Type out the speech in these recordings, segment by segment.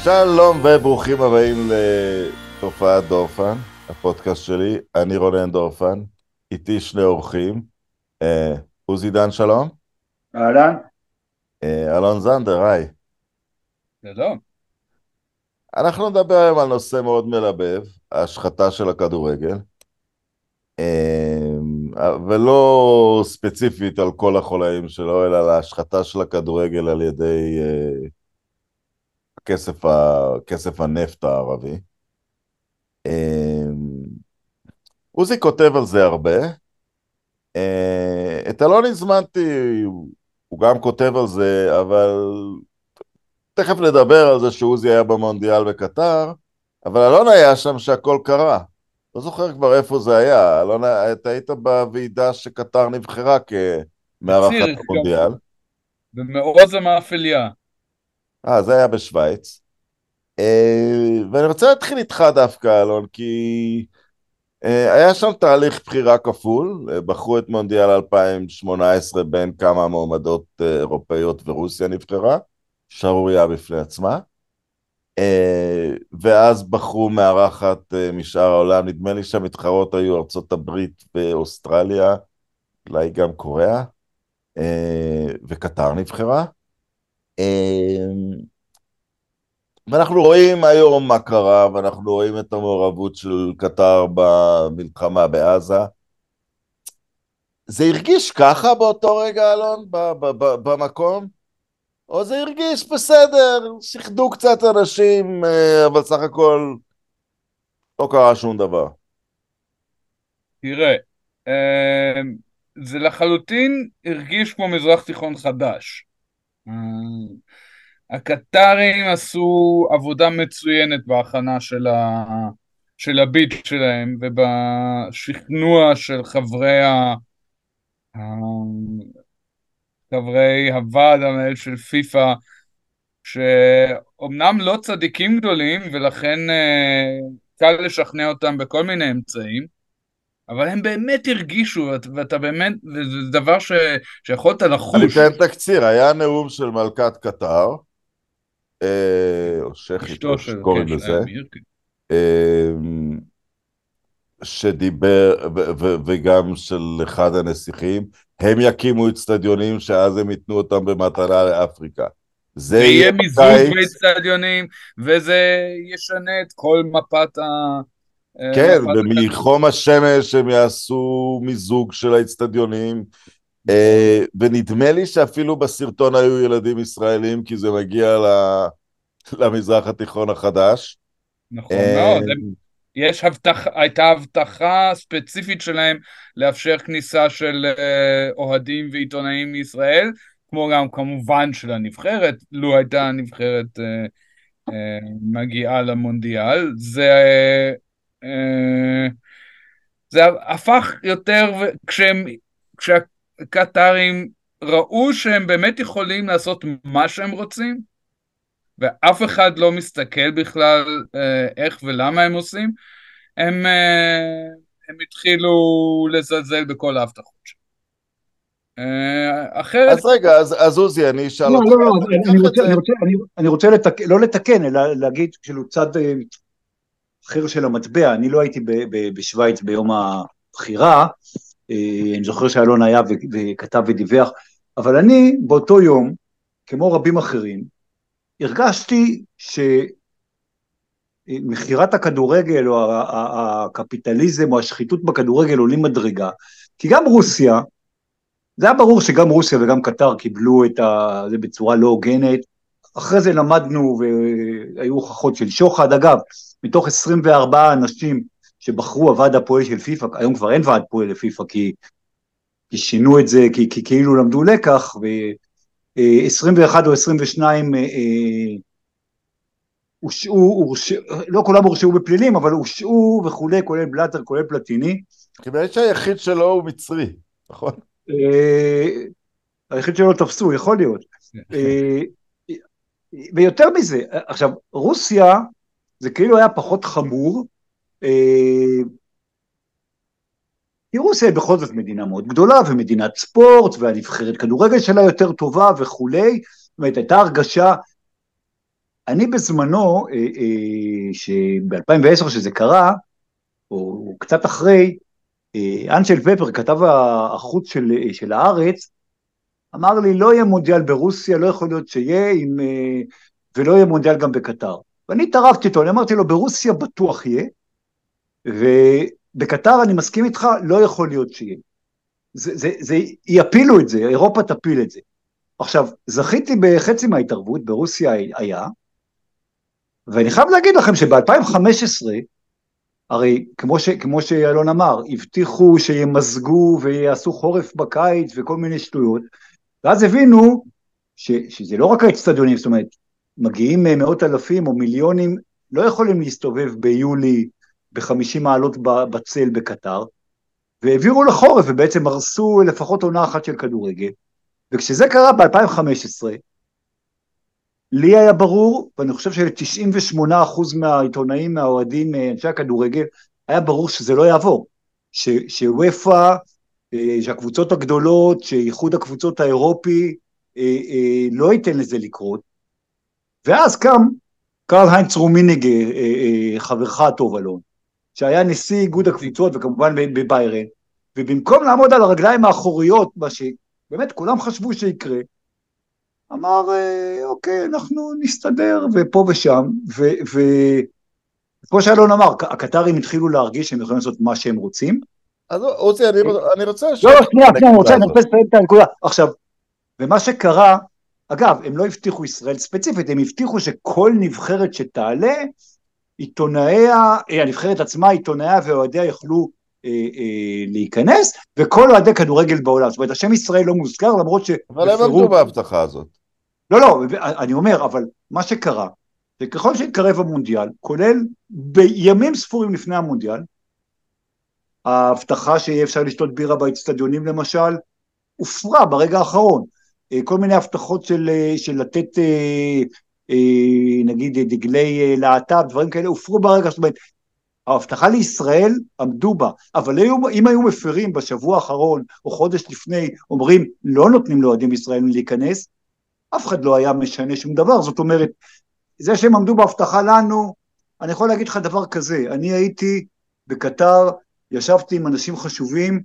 שלום וברוכים הבאים לתופעת דורפן, הפודקאסט שלי. אני רונן דורפן, איתי שני אורחים, עוזי דן שלום. אהלן. אלון זנדר, היי. שלום. אנחנו נדבר היום על נושא מאוד מלבב, ההשחתה של הכדורגל, ולא ספציפית על כל החולאים שלו, אלא על ההשחתה של הכדורגל על ידי כסף הנפט הערבי. עוזי כותב על זה הרבה. את אלון הזמנתי, הוא גם כותב על זה, אבל תכף נדבר על זה שעוזי היה במונדיאל בקטר, אבל אלון היה שם שהכל קרה. לא זוכר כבר איפה זה היה. אלון, אתה היית בוועידה שקטר נבחרה כמארחת בציריך גם, המונדיאל. במעוז המאפליה. זה היה בשוויץ. ואני רוצה להתחיל איתך דווקא, אלון, כי היה שם תהליך בחירה כפול, בחרו את מונדיאל 2018 בין כמה מועמדות אירופאיות ורוסיה נבחרה, שערוריה בפני עצמה, ואז בחרו מארחת משאר העולם, נדמה לי שהמתחרות היו ארצות הברית ואוסטרליה, אולי גם קוריאה, וקטר נבחרה. ואנחנו רואים היום מה קרה, ואנחנו רואים את המעורבות של קטר במלחמה בעזה. זה הרגיש ככה באותו רגע, אלון, במקום? או זה הרגיש בסדר, שיחדו קצת אנשים, אבל סך הכל לא קרה שום דבר. תראה, זה לחלוטין הרגיש כמו מזרח תיכון חדש. אה, הקטרים עשו עבודה מצוינת בהכנה של הביט שלהם ובשכנוע של ה- חברי הוועד המנהל של פיפ"א, שאומנם לא צדיקים גדולים ולכן קל לשכנע אותם בכל מיני אמצעים, אבל הם באמת הרגישו, ואתה באמת, וזה דבר שיכולת אני לחוש. אתן תקציר, היה נאום של מלכת קטר, או שייחית, אשתו איך של, כן, שקוראים של לזה, האמיר, כן. אה, שדיבר, וגם של אחד הנסיכים, הם יקימו אצטדיונים שאז הם ייתנו אותם במתנה לאפריקה. זה יהיה ויהיה מיזוג בקיץ, באצטדיונים, וזה ישנה את כל כן, מפת הכדור. ומחום השמש הם יעשו מיזוג של האצטדיונים, נכון, ונדמה לי שאפילו בסרטון היו ילדים ישראלים, כי זה מגיע למזרח התיכון החדש. נכון אה, מאוד. הייתה הבטחה ספציפית שלהם לאפשר כניסה של אוהדים ועיתונאים מישראל, כמו גם כמובן של הנבחרת, לו הייתה הנבחרת מגיעה למונדיאל. אה, זה הפך יותר, כשהקטרים ראו שהם באמת יכולים לעשות מה שהם רוצים, ואף אחד לא מסתכל בכלל איך ולמה הם עושים, הם התחילו לזלזל בכל ההבטחות שלהם. אחרת, אז רגע, אז עוזי, אני אשאל לא, אותך, לא, לא, אתה אני לוקח את רוצה, זה, אני רוצה לא לתקן, אלא להגיד כאילו צד אחר של המטבע. אני לא הייתי בשוויץ ביום הבחירה, אני זוכר שאלון היה וכתב ודיווח, אבל אני באותו יום, כמו רבים אחרים, הרגשתי שמכירת הכדורגל או הקפיטליזם או השחיתות בכדורגל עולים מדרגה, כי גם רוסיה, זה היה ברור שגם רוסיה וגם קטר קיבלו זה בצורה לא הוגנת. אחרי זה למדנו והיו הוכחות של שוחד. אגב, מתוך 24 אנשים שבחרו הוועד הפועל של פיפ"א, היום כבר אין ועד פועל לפיפ"א, כי שינו את זה, כי כאילו למדו לקח, ו-21 או 22 הושעו, לא כולם הורשעו בפלילים, אבל הושעו וכולי, כולל בלאטר, כולל פלטיני. כיוון שהיחיד שלו הוא מצרי, נכון? אה, היחיד שלא תפסו, יכול להיות. אה, ויותר מזה, עכשיו, רוסיה, זה כאילו היה פחות חמור, כי רוסיה היא בכל זאת מדינה מאוד גדולה, ומדינת ספורט, והנבחרת כדורגל שלה יותר טובה וכולי. זאת אומרת, הייתה הרגשה, אני בזמנו, שב-2010 שזה קרה, או קצת אחרי, אנשל פפר, כתב החוץ של הארץ, אמר לי, לא יהיה מונדיאל ברוסיה, לא יכול להיות שיהיה, ולא יהיה מונדיאל גם בקטר. ואני התערבתי איתו, אני אמרתי לו, ברוסיה בטוח יהיה, ובקטר אני מסכים איתך, לא יכול להיות שיהיה. יפילו את זה, אירופה תפיל את זה. עכשיו, זכיתי בחצי מההתערבות, ברוסיה היה, ואני חייב להגיד לכם שב-2015, הרי כמו שאלון אמר, הבטיחו שימזגו ויעשו חורף בקיץ וכל מיני שטויות, ואז הבינו שזה לא רק האצטדיונים, זאת אומרת, מגיעים מאות אלפים או מיליונים, לא יכולים להסתובב ביולי ב50 מעלות בצל בקטר, והעבירו לחורף ובעצם הרסו לפחות עונה אחת של כדורגל, וכשזה קרה ב-2015, לי היה ברור, ואני חושב של-98% מהעיתונאים, מהאוהדים, מאנשי הכדורגל, היה ברור שזה לא יעבור, שוופא, שהקבוצות הגדולות, שאיחוד הקבוצות האירופי, לא ייתן לזה לקרות, ואז קם קרל היינץ רומיניגה, חברך הטוב אלון, שהיה נשיא איגוד הקבוצות, וכמובן בביירן, ובמקום לעמוד על הרגליים האחוריות, מה שבאמת כולם חשבו שיקרה, אמר, אוקיי, אנחנו נסתדר, ופה ושם, וכמו שאלון אמר, הקטרים התחילו להרגיש שהם יכולים לעשות מה שהם רוצים. אז עוזי, אני רוצה... לא, שנייה, אני רוצה לסיים את הנקודה. עכשיו, ומה שקרה, אגב, הם לא הבטיחו ישראל ספציפית, הם הבטיחו שכל נבחרת שתעלה, עיתונאיה, הנבחרת עצמה, עיתונאיה ואוהדיה יכלו להיכנס, וכל אוהדי כדורגל בעולם. זאת אומרת, השם ישראל לא מוזכר, למרות ש... אבל הם עמדו בהבטחה הזאת. לא, אני אומר, אבל מה שקרה, שככל שהתקרב המונדיאל, כולל בימים ספורים לפני המונדיאל, ההבטחה שיהיה אפשר לשתות בירה באצטדיונים למשל, הופרה ברגע האחרון. כל מיני הבטחות של לתת, נגיד, דגלי להט"ב, דברים כאלה, הופרו ברגע, זאת אומרת, ההבטחה לישראל עמדו בה, אבל אם היו מפרים בשבוע האחרון, או חודש לפני, אומרים, לא נותנים לאוהדים ישראלים להיכנס, אף אחד לא היה משנה שום דבר, זאת אומרת, זה שהם עמדו בהבטחה לנו, אני יכול להגיד לך דבר כזה, אני הייתי בקטר, ישבתי עם אנשים חשובים,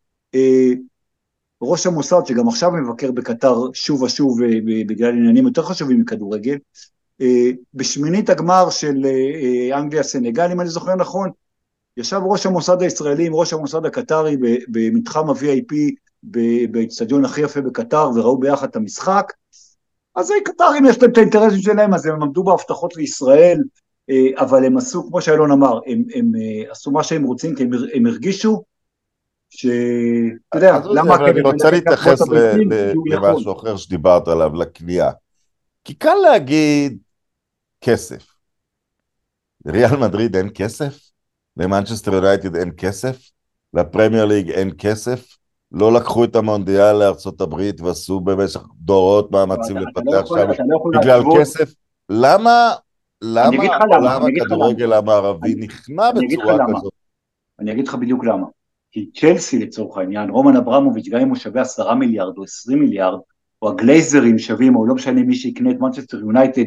ראש המוסד, שגם עכשיו מבקר בקטר שוב ושוב, בגלל עניינים יותר חשובים מכדורגל, בשמינית הגמר של אנגליה סנגל, אם אני זוכר נכון, ישב ראש המוסד הישראלי עם ראש המוסד הקטרי במתחם ה-VIP, באצטדיון הכי יפה בקטר, וראו ביחד את המשחק, אז קטרים יש להם את האינטרסים שלהם, אז הם עמדו בהבטחות לישראל, אבל הם עשו, כמו שאלון אמר, הם עשו מה שהם רוצים, כי הם הרגישו, שאתה יודע, למה... אני רוצה להתייחס למשהו אחר שדיברת עליו, לקנייה. כי קל להגיד כסף. לריאל מדריד אין כסף, למנצ'סטר יונייטד אין כסף, לפרמייר ליג אין כסף, לא לקחו את המונדיאל לארצות הברית ועשו במשך דורות מאמצים לפתח שם בגלל כסף. למה הכדורגל המערבי נכנע בצורה כזאת? אני אגיד לך בדיוק למה. כי צ'לסי לצורך העניין, רומן אברמוביץ', גם אם הוא שווה 10 מיליארד או 20 מיליארד, או הגלייזרים שווים, או לא משנה מי שיקנה את מנצ'סטר יונייטד,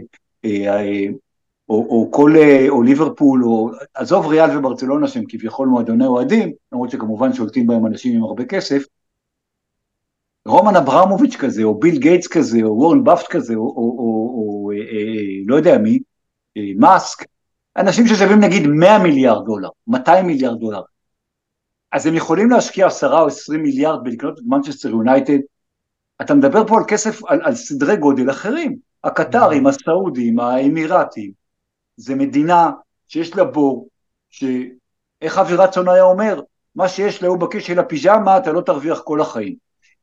או ליברפול, או עזוב ריאל וברצלונה שהם כביכול מועדוני אוהדים, למרות שכמובן שולטים בהם אנשים עם הרבה כסף, רומן אברמוביץ' כזה, או ביל גייטס כזה, או וורן באפט כזה, או לא יודע מי, מאסק, אנשים ששווים נגיד 100 מיליארד דולר, 200 מיליארד דולר, אז הם יכולים להשקיע 10 או 20 מיליארד בלקנות את מנצ'סטר יונייטד, אתה מדבר פה על כסף, על סדרי גודל אחרים, הקטרים, הסעודים, האמירתים, זה מדינה שיש לה בור, שאיך אבי רצון היה אומר, מה שיש לה בכיס של הפיג'מה, אתה לא תרוויח כל החיים.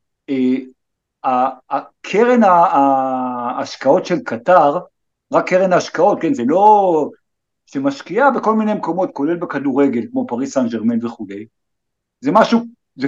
הקרן ההשקעות של קטר, רק קרן ההשקעות, כן, זה לא שמשקיעה בכל מיני מקומות, כולל בכדורגל, כמו פריס סן ז'רמן וכו'. זה משהו, זה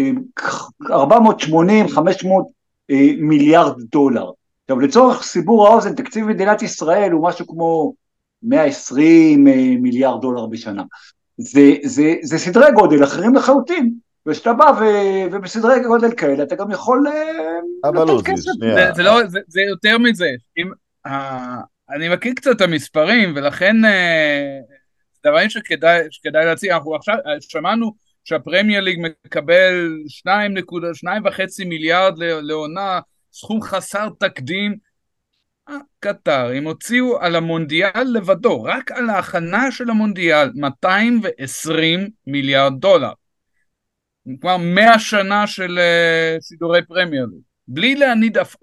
480-500 מיליארד דולר. עכשיו, לצורך סיבור האוזן, תקציב מדינת ישראל הוא משהו כמו 120 מיליארד דולר בשנה. זה סדרי גודל אחרים לחלוטין, ושאתה בא ובסדרי גודל כאלה, אתה גם יכול לתת כסף. זה יותר מזה, אם אני מכיר קצת את המספרים, ולכן דברים שכדאי להציג. אנחנו עכשיו שמענו שהפרמייר ליג מקבל 2.5 מיליארד לעונה, סכום חסר תקדים. קטר, הם הוציאו על המונדיאל לבדו, רק על ההכנה של המונדיאל, 220 מיליארד דולר. כבר 100 שנה של שידורי פרמייר ליג, בלי להניד אף.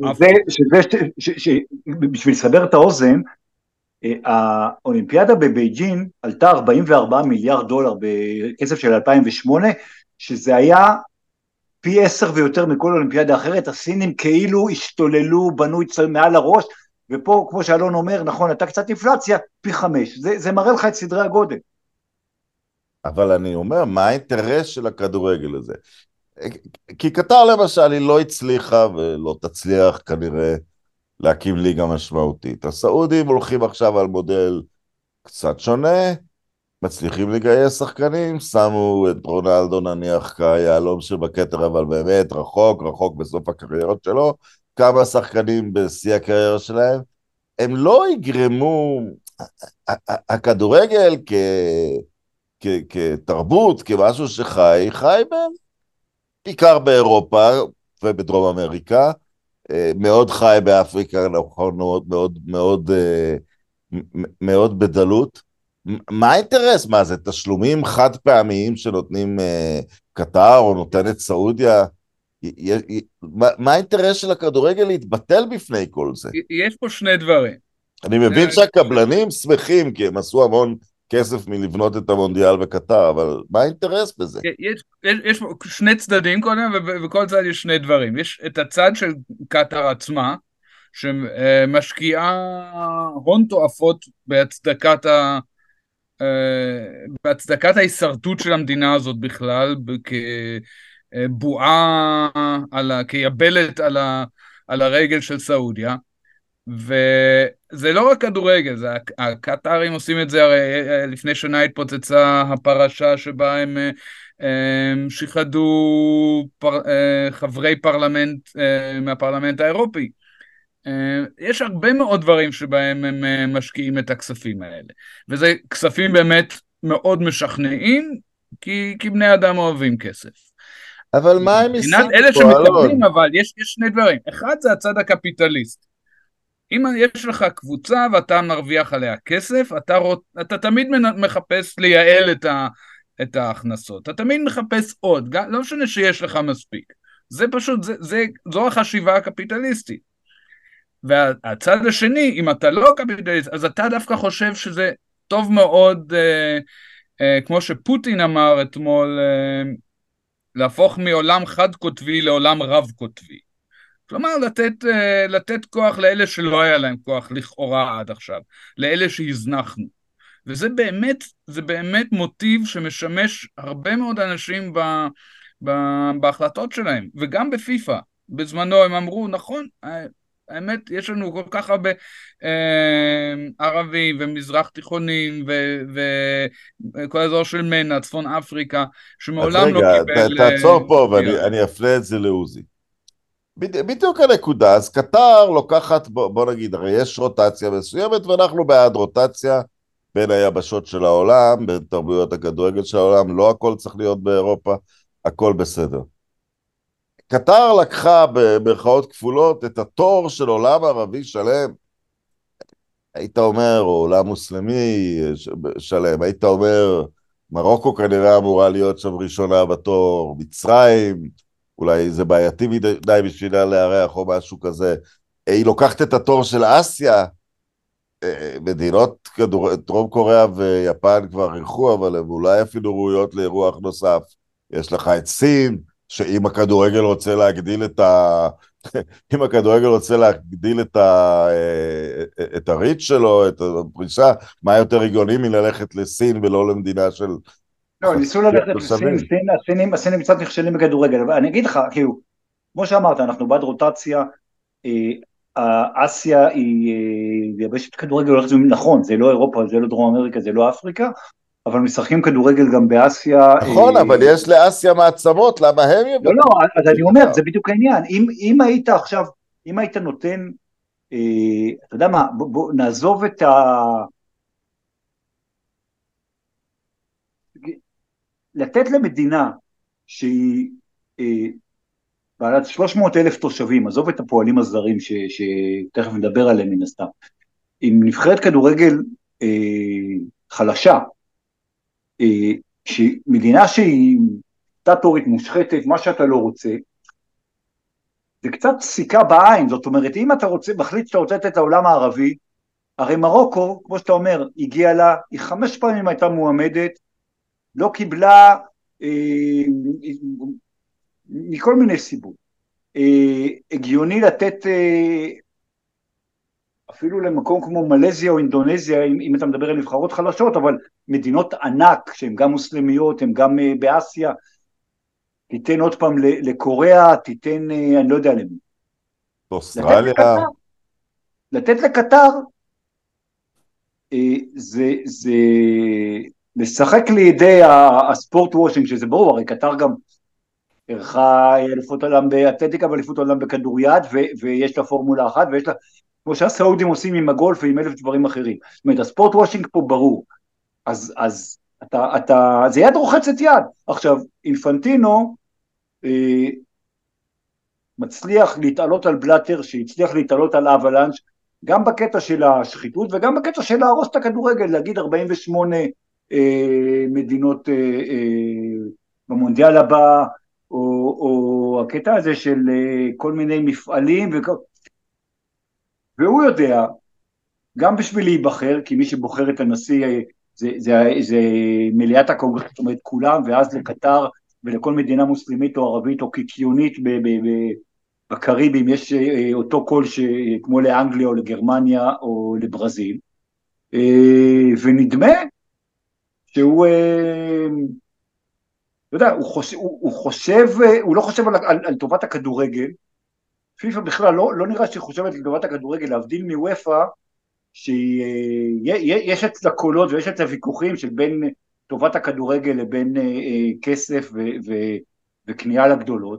בשביל לסבר את האוזן, האולימפיאדה בבייג'ין עלתה 44 מיליארד דולר בכסף של 2008, שזה היה פי 10 ויותר מכל אולימפיאדה אחרת. הסינים כאילו השתוללו, בנו מעל הראש, ופה, כמו שאלון אומר, נכון, הייתה קצת אינפלציה, פי 5. זה מראה לך את סדרי הגודל. אבל אני אומר, מה האינטרס של הכדורגל הזה? כי קטר למשל היא לא הצליחה ולא תצליח כנראה להקים ליגה משמעותית. הסעודים הולכים עכשיו על מודל קצת שונה, מצליחים לגייס שחקנים, שמו את רונלדו נניח כיהלום שבכתר, אבל באמת רחוק בסוף הקריירות שלו, כמה שחקנים בשיא הקריירה שלהם, הם לא יגרמו, הכדורגל כתרבות, כמשהו חי בעיקר באירופה ובדרום אמריקה, מאוד חי באפריקה, נכון, מאוד בדלות. מה האינטרס? מה זה, תשלומים חד פעמיים שנותנים קטר או נותנת סעודיה? מה האינטרס של הכדורגל להתבטל בפני כל זה? יש פה שני דברים. אני מבין שהקבלנים שמחים, כי הם עשו המון כסף מלבנות את המונדיאל בקטר, אבל מה האינטרס בזה? יש פה שני צדדים קודם, וכל צד יש שני דברים. יש את הצד של קטר עצמה, שמשקיעה הון תועפות בהצדקת ההישרדות של המדינה הזאת בכלל, כבועה, כיבלת על הרגל של סעודיה, וזה לא רק כדורגל, הקטרים עושים את זה, הרי לפני שנה התפוצצה הפרשה שבה הם שיחדו חברי פרלמנט מהפרלמנט האירופי. יש הרבה מאוד דברים שבהם הם משקיעים את הכספים האלה, וזה כספים באמת מאוד משכנעים, כי בני אדם אוהבים כסף. אבל מה הם עושים? אלה שמקבלים, אבל יש שני דברים. אחד זה הצד הקפיטליסט. אם יש לך קבוצה ואתה מרוויח עליה כסף, אתה תמיד מחפש לייעל את ההכנסות. אתה תמיד מחפש עוד, לא משנה שיש לך מספיק. זה פשוט, זו החשיבה הקפיטליסטית. והצד השני, אם אתה לא קפיטליסט, אז אתה דווקא חושב שזה טוב מאוד, כמו שפוטין אמר אתמול, להפוך מעולם חד קוטבי לעולם רב קוטבי. כלומר, לתת כוח לאלה שלא היה להם כוח לכאורה עד עכשיו, לאלה שהזנחנו. וזה באמת מוטיב שמשמש הרבה מאוד אנשים בהחלטות שלהם, וגם בפיפה. בזמנו הם אמרו, נכון, האמת, יש לנו כל כך הרבה ערבים ומזרח תיכונים וכל האזור של מנה, צפון אפריקה, שמעולם לא קיבל... רגע, תעצור פה ואני אפנה את זה לעוזי. בדיוק הנקודה, אז קטר לוקחת, בוא נגיד, הרי יש רוטציה מסוימת, ואנחנו בעד רוטציה בין היבשות של העולם, בין תרבויות הכדורגל של העולם, לא הכל צריך להיות באירופה, הכל בסדר. קטר לקחה במרכאות כפולות את התור של עולם ערבי שלם, היית אומר, או עולם מוסלמי שלם, היית אומר, מרוקו כנראה אמורה להיות שם ראשונה בתור, מצרים, אולי זה בעייתי מדי בשבילה לארח או משהו כזה, היא לוקחת את התור של אסיה, מדינות דרום קוריאה ויפן כבר אירחו, אבל הם אולי אפילו ראויות לאירוח נוסף, יש לך את סין, שאם הכדורגל רוצה להגדיל אם הכדורגל רוצה להגדיל את הריץ' שלו, את הפרישה, מה יותר הגיוני מללכת לסין ולא למדינה של... לא, ניסו ללכת לסין, הסינים קצת נכשלים בכדורגל, אבל אני אגיד לך, כאילו, כמו שאמרת, אנחנו בעד רוטציה, אסיה היא יבשת כדורגל, נכון, זה לא אירופה, זה לא דרום אמריקה, זה לא אפריקה, אבל משחקים כדורגל גם באסיה. נכון, אבל יש לאסיה מעצמות, למה הם יבטו? לא, אז אני אומר, זה בדיוק העניין. אם היית עכשיו, אם היית נותן אתה יודע מה, בוא נעזוב את לתת למדינה שהיא בעלת 300,000 תושבים, עזוב את הפועלים הזרים שתכף נדבר עליהם מן הסתם, עם נבחרת כדורגל אה, חלשה, אה, מדינה שהיא דיקטטורית מושחתת, מה שאתה לא רוצה, זה קצת סיכה בעין. זאת אומרת, אם אתה רוצה, מחליט שאתה רוצה לתת לעולם הערבי, הרי מרוקו, כמו שאתה אומר, הגיעה לה, היא 5 פעמים הייתה מועמדת, לא קיבלה, אה, מכל מיני סיבות. הגיוני לתת אפילו למקום כמו מלזיה או אינדונזיה, אם אתה מדבר על נבחרות חלשות, אבל מדינות ענק שהן גם מוסלמיות, הן גם באסיה, תיתן עוד פעם לקוריאה, תיתן, אני לא יודע למי. לתת אוסטרליה. לקטר, לתת לקטר, זה לשחק לידי הספורט וושינג, שזה ברור, הרי קטר גם ערכה אליפות עולם באתלטיקה ואליפות עולם בכדוריד, ויש לה פורמולה אחת, ויש לה, כמו שהסעודים עושים עם הגולף ועם 1000 דברים אחרים. זאת אומרת, הספורט וושינג פה ברור. אז זה יד רוחצת יד. עכשיו, אינפנטינו מצליח להתעלות על בלאטר, שהצליח להתעלות על אבלנש, גם בקטע של השחיתות וגם בקטע של להרוס את הכדורגל, להגיד 48 מדינות במונדיאל הבא, או הקטע הזה של כל מיני מפעלים, והוא יודע, גם בשביל להיבחר, כי מי שבוחר את הנשיא זה מליאת הקונגרס, זאת אומרת כולם, ואז לקטר ולכל מדינה מוסלמית או ערבית או קיקיונית בקריבים יש אותו קול כמו לאנגליה או לגרמניה או לברזיל, ונדמה שהוא, אתה יודע, הוא לא חושב על טובת הכדורגל. פיפ"א בכלל לא נראה שהיא חושבת על טובת הכדורגל, להבדיל מוופ"א, שיש אצלה קולות ויש אצלה ויכוחים של בין טובת הכדורגל לבין כסף וקנייה לגדולות,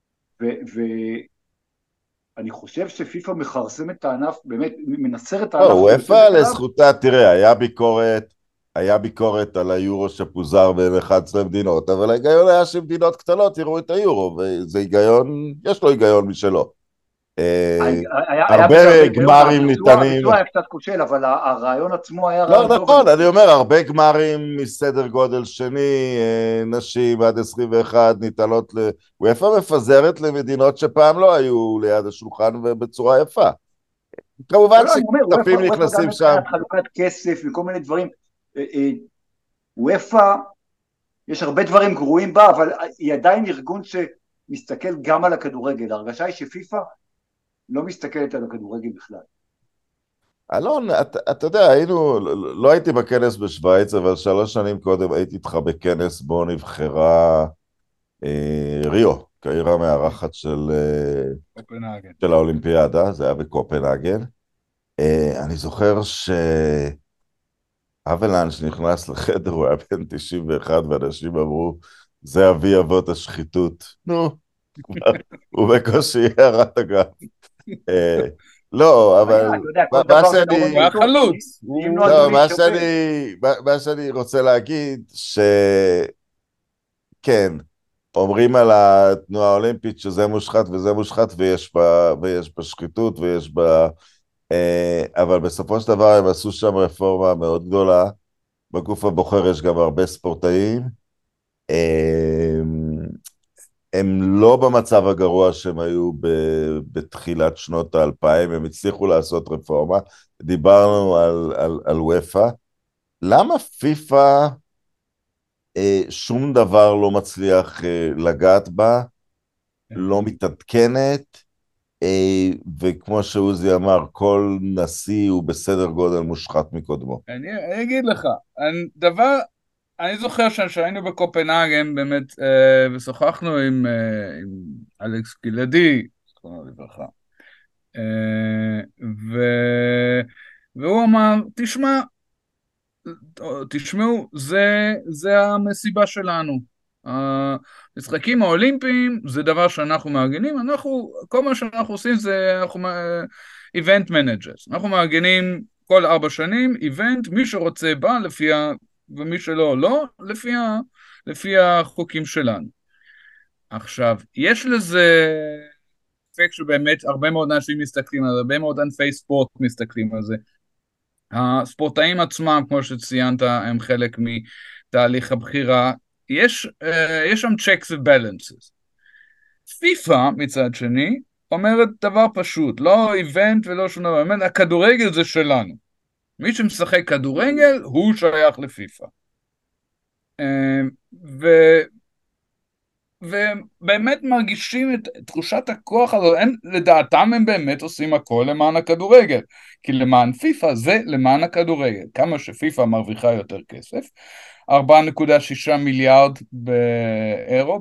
ואני חושב שפיפ"א מכרסמת את הענף, באמת מנסר את הענף. וופא לזכותה, תראה, היה ביקורת על היורו שפוזר בין 11 מדינות, אבל ההיגיון היה שמדינות קטנות יראו את היורו, וזה היגיון, יש לו היגיון משלו. הרבה גמרים ניתנים. הביצוע היה קצת כושל, אבל הרעיון עצמו היה לא, נכון, אני אומר, הרבה גמרים מסדר גודל שני, נשים עד 21 ניתנות וופא מפזרת למדינות שפעם לא היו ליד השולחן ובצורה יפה. כמובן שכספים נכנסים שם. חלוקת כסף וכל מיני דברים. וופא, יש הרבה דברים גרועים בה, אבל היא עדיין ארגון שמסתכל גם על הכדורגל. ההרגשה היא שפיפ"א לא מסתכלת על הכדורגל בכלל. אלון, אתה יודע, לא הייתי בכנס בשוויץ, אבל 3 שנים קודם הייתי איתך בכנס בו נבחרה ריו, כעיר המארחת של האולימפיאדה, זה היה בקופנהגן. אני זוכר אבלנש נכנס לחדר, הוא היה בן 91, ואנשים אמרו, זה אבי אבות השחיתות. נו, הוא בקושי ירד אגב. לא, אבל מה שאני רוצה להגיד, שכן, אומרים על התנועה האולימפית שזה מושחת וזה מושחת, ויש בה שחיתות ויש בה, אבל בסופו של דבר הם עשו שם רפורמה מאוד גדולה. בגוף הבוחר יש גם הרבה ספורטאים, הם לא במצב הגרוע שהם היו בתחילת שנות ה-2000, הם הצליחו לעשות רפורמה. דיברנו על וופא. למה פיפ"א שום דבר לא מצליח לגעת בה, לא מתעדכנת, וכמו שעוזי אמר, כל נשיא הוא בסדר גודל מושחת מקודמו. אני אגיד לך, אני זוכר שהיינו בקופנהגן באמת, ושוחחנו עם אלכס גלעדי, זכרונו לברכה, והוא אמר, תשמעו, זה המסיבה שלנו. המשחקים האולימפיים זה דבר שאנחנו מארגנים, כל מה שאנחנו עושים זה event managers, אנחנו מארגנים כל 4 שנים event, מי שרוצה בא ומי שלא, לא, לפי החוקים שלנו. עכשיו, יש לזה אפקט שבאמת הרבה מאוד אנשים מסתכלים על זה, הרבה מאוד ענפי ספורט מסתכלים על זה. הספורטאים עצמם, כמו שציינת, הם חלק מתהליך הבחירה, יש שם checks and balances. פיפה מצד שני אומרת דבר פשוט, לא איבנט ולא שום דבר, אומרת, הכדורגל זה שלנו. מי שמשחק כדורגל הוא שייך לפיפה. ובאמת מרגישים את תחושת הכוח הזאת, לדעתם הם באמת עושים הכל למען הכדורגל, כי למען פיפה זה למען הכדורגל, כמה שפיפה מרוויחה יותר כסף, 4.6 מיליארד באירו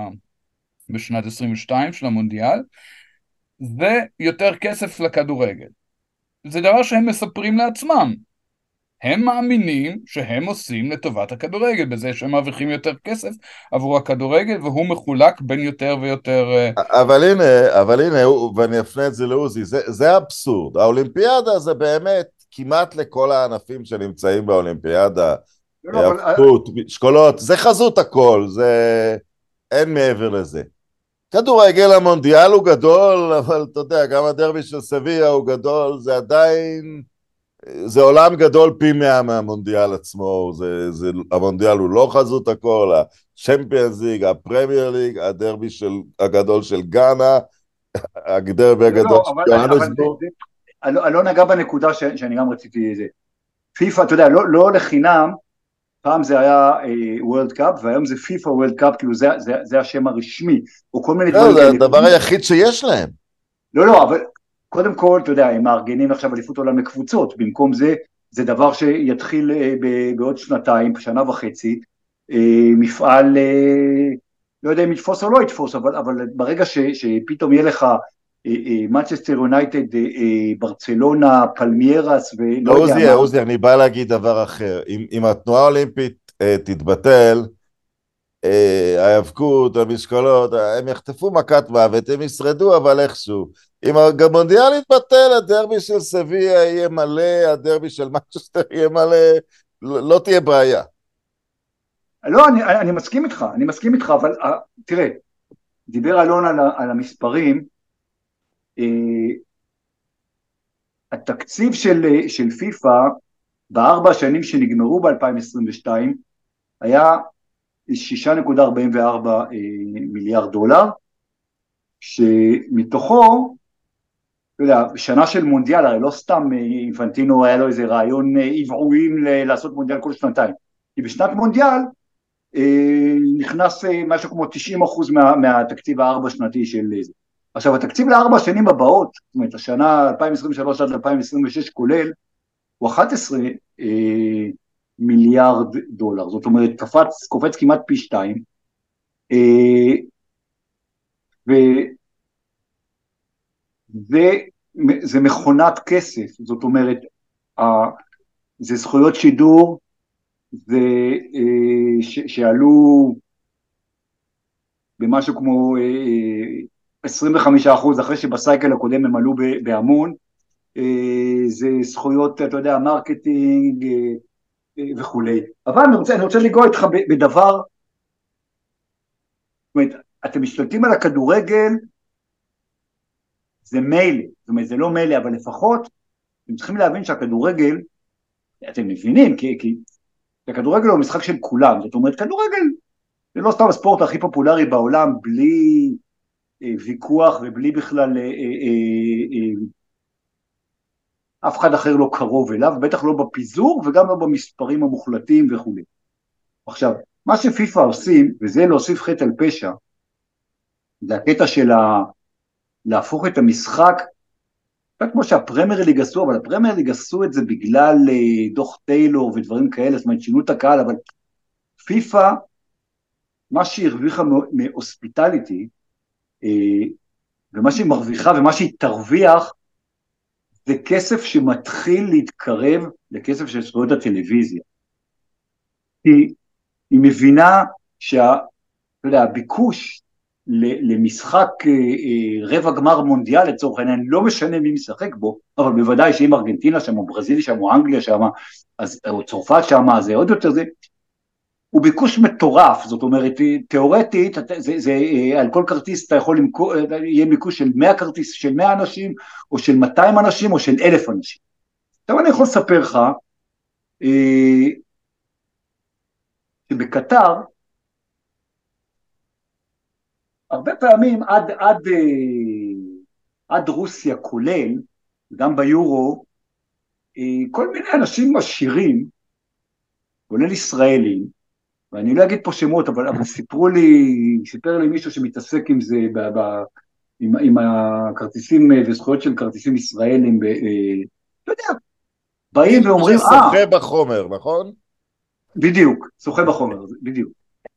בשנת 22 של המונדיאל, זה יותר כסף לכדורגל. זה דבר שהם מספרים לעצמם, הם מאמינים שהם עושים לטובת הכדורגל, בזה שהם מרוויחים יותר כסף עבור הכדורגל, והוא מחולק בין יותר ויותר... אבל הנה, ואני אפנה את זה לעוזי, זה אבסורד. האולימפיאדה זה באמת כמעט לכל הענפים שנמצאים באולימפיאדה, שקולות, זה חזות הכל, אין מעבר לזה. כדורגל המונדיאל הוא גדול, אבל אתה יודע, גם הדרבי של סביה הוא גדול, זה עדיין... זה עולם גדול פי 100 מהמונדיאל עצמו, המונדיאל הוא לא חזות הכל, הצ'מפיונס ליג, הפרמייר ליג, הדרבי הגדול של גאנה, הדרבי הגדול של יוהנסבורג. לא נגע בנקודה שאני גם רציתי זה. פיפה, אתה יודע, לא לחינם, פעם זה היה וורלד קאפ, והיום זה פיפה וורלד קאפ, כאילו זה השם הרשמי, או כל מיני דברים. זה הדבר היחיד שיש להם. לא, אבל... קודם כל, אתה יודע, הם מארגנים עכשיו אליפות עולם לקבוצות, במקום זה דבר שיתחיל בעוד 2 שנה וחצי, מפעל, לא יודע אם יתפוס או לא יתפוס, אבל ברגע שפתאום יהיה לך מנצ'סטר יונייטד, ברצלונה, פלמיירס, ולא יודע מה. עוזי, אני בא להגיד דבר אחר, אם התנועה האולימפית תתבטל, ההיאבקות, המשקולות, הם יחטפו מכת מוות, הם ישרדו, אבל איכשהו. אם המונדיאל יתבטל, הדרבי של סביה יהיה מלא, הדרבי של מנצ'סטר יהיה מלא, לא תהיה בעיה. לא, אני מסכים איתך, אבל תראה, דיבר אלון על המספרים, התקציב של פיפה, ב4 שנים שנגמרו ב-2022, היה 6.44 מיליארד דולר, שמתוכו, אתה יודע, שנה של מונדיאל, הרי לא סתם אינפנטינו היה לו איזה רעיון עבריים לעשות מונדיאל כל 2 כי בשנת מונדיאל נכנס משהו כמו 90% מהתקציב ה4 שנתי של זה. עכשיו, התקציב ל4 שנים הבאות, זאת אומרת, השנה 2023 עד 2026 כולל, הוא 11 מיליארד דולר, זאת אומרת, קופץ כמעט פי 2, וזה מכונת כסף, זאת אומרת, זה זכויות שידור, זה שעלו במשהו כמו 25%, אחרי שבסייקל הקודם הם עלו בהמון, זה זכויות, אתה יודע, מרקטינג וכולי. אבל אני רוצה לגוע איתך בדבר, זאת אומרת, אתם משתלטים על הכדורגל, זה מיילי, זאת אומרת, זה לא מיילי, אבל לפחות, אתם צריכים להבין שהכדורגל, אתם מבינים, כי הכדורגל הוא משחק של כולם, זאת אומרת, כדורגל, זה לא סתם הספורט הכי פופולרי בעולם, בלי ויכוח ובלי בכלל, אף אחד אחר לא קרוב אליו, בטח לא בפיזור וגם לא במספרים המוחלטים וכו'. עכשיו, מה שפיפה עושים, וזה להוסיף חטא על פשע, זה הקטע של להפוך את המשחק, כמו שהפרמייר ליג עשו, אבל הפרמייר ליג עשו את זה בגלל דוח טיילור ודברים כאלה, זאת אומרת, שינו את הקהל, אבל פיפה, מה שהיא הרוויחה מאוספיטליטי, ומה שהיא מרוויחה ומה שהיא תרוויח, זה כסף שמתחיל להתקרב לכסף של זכויות הטלוויזיה. היא מבינה אתה יודע, הביקוש למשחק רבע גמר מונדיאל לצורך העניין, לא משנה מי משחק בו, אבל בוודאי שאם ארגנטינה שם, או ברזיל שם, או אנגליה שם, או צרפת שם, זה עוד יותר זה, הוא ביקוש מטורף, זאת אומרת, תיאורטית, על כל כרטיס אתה יכול למכור, יהיה ביקוש של 100 כרטיס, של 100 אנשים, או של 200 אנשים, או של 1,000 אנשים. עכשיו אני יכול לספר לך, שבקטר, הרבה פעמים עד רוסיה כולל, גם ביורו, כל מיני אנשים עשירים, כולל ישראלים, ואני לא אגיד פה שמות, אבל סיפר לי מישהו שמתעסק עם זה, עם הכרטיסים וזכויות של כרטיסים ישראלים, לא יודע, באים ואומרים, ששוחה בחומר, נכון? בדיוק, שוחה בחומר, בדיוק.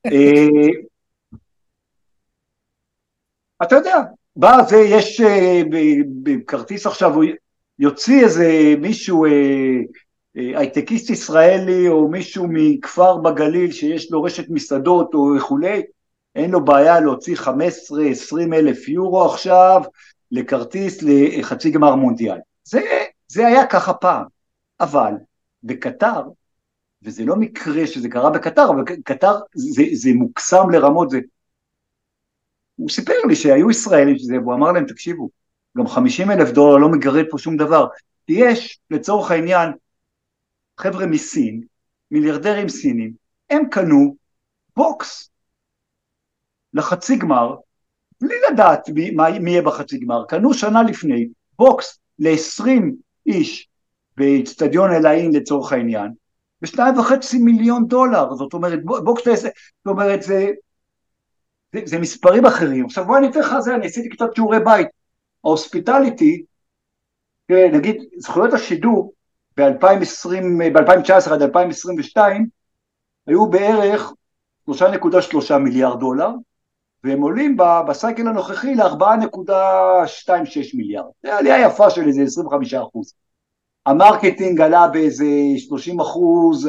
אתה יודע, יש בכרטיס עכשיו, יוציא איזה מישהו, הייטקיסט ישראלי, או מישהו מכפר בגליל, שיש לו רשת מסעדות, או וכולי, אין לו בעיה להוציא 15-20 אלף יורו עכשיו, לכרטיס לחצי גמר מונדיאל. זה היה ככה פעם, אבל בקטר, וזה לא מקרה שזה קרה בקטר, אבל קטר זה מוקסם לרמות, הוא סיפר לי שהיו ישראלים שזה, והוא אמר להם, תקשיבו, גם 50,000 דולר לא מגרד פה שום דבר, כי יש, לצורך העניין, חבר'ה מסין, מיליארדרים סינים, הם קנו בוקס לחצי גמר, בלי לדעת מי יהיה בחצי גמר, קנו שנה לפני בוקס ל-20 איש באצטדיון אלאין לצורך העניין, ב$2.5 מיליון, זאת אומרת, בוקס זאת אומרת, זה מספרים אחרים. עכשיו בוא אני אתן לך זה, אני עשיתי קצת שיעורי בית, ההוספיטליטי, נגיד זכויות השידור, ב-2019 עד 2022, היו בערך 3.3 מיליארד דולר, והם עולים בסייקל הנוכחי ל4.26 מיליארד. זה עלייה יפה של איזה 25%. המרקטינג עלה באיזה 30%,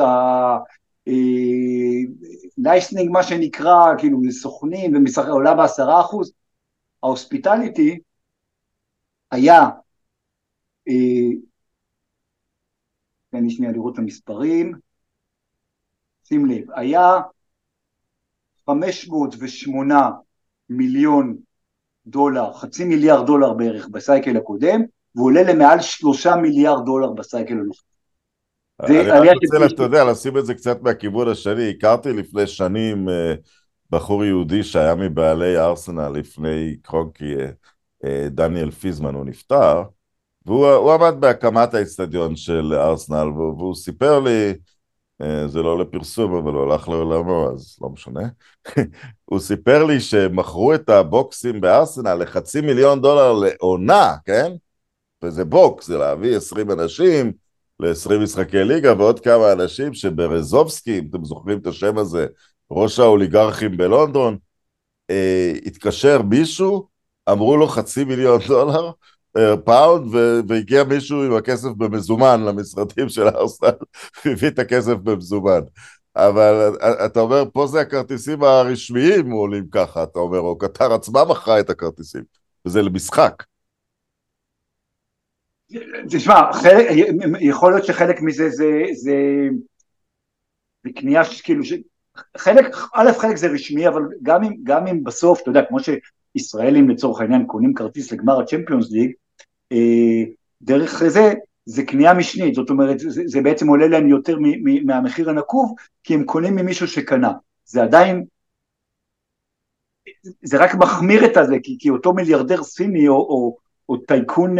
לייסנינג מה שנקרא, כאילו סוכנים, עולה ב10%. ההוספיטליטי היה, תן לי שנייה לראות את המספרים, שים לב, היה 508 מיליון דולר, $0.5 מיליארד בערך בסייקל הקודם, והוא עולה למעל 3 מיליארד דולר בסייקל הנוכחי. אני רק רוצה, אתה יודע, לשים את זה קצת מהכיוון השני. הכרתי לפני שנים בחור יהודי שהיה מבעלי ארסנל לפני קרונקי, דניאל פיזמן, הוא נפטר, והוא עמד בהקמת האצטדיון של ארסנל, והוא סיפר לי, זה לא לפרסום, אבל הוא הלך לעולמו, אז לא משנה. הוא סיפר לי שמכרו את הבוקסים בארסנל ל$0.5 מיליון לעונה, כן? וזה בוקס, זה להביא 20 אנשים ל-20 משחקי ליגה, ועוד כמה אנשים שברזובסקי, אם אתם זוכרים את השם הזה, ראש האוליגרכים בלונדון, התקשר מישהו, אמרו לו $0.5 מיליון, פאונד, והגיע מישהו עם הכסף במזומן למשרדים של ארסנל, והביא את הכסף במזומן. אבל אתה אומר, פה זה הכרטיסים הרשמיים עולים ככה, אתה אומר, או קטר עצמה מכרה את הכרטיסים, וזה למשחק. תשמע, יכול להיות שחלק מזה זה קנייה שכאילו, חלק זה רשמי, אבל גם אם בסוף, אתה יודע, כמו שישראלים לצורך העניין קונים כרטיס לגמר הצ'מפיונס ליג, דרך זה קנייה משנית, זאת אומרת, זה בעצם עולה להם יותר מהמחיר הנקוב, כי הם קונים ממישהו שקנה. זה עדיין, זה רק מחמיר את זה, כי אותו מיליארדר סיני או טייקון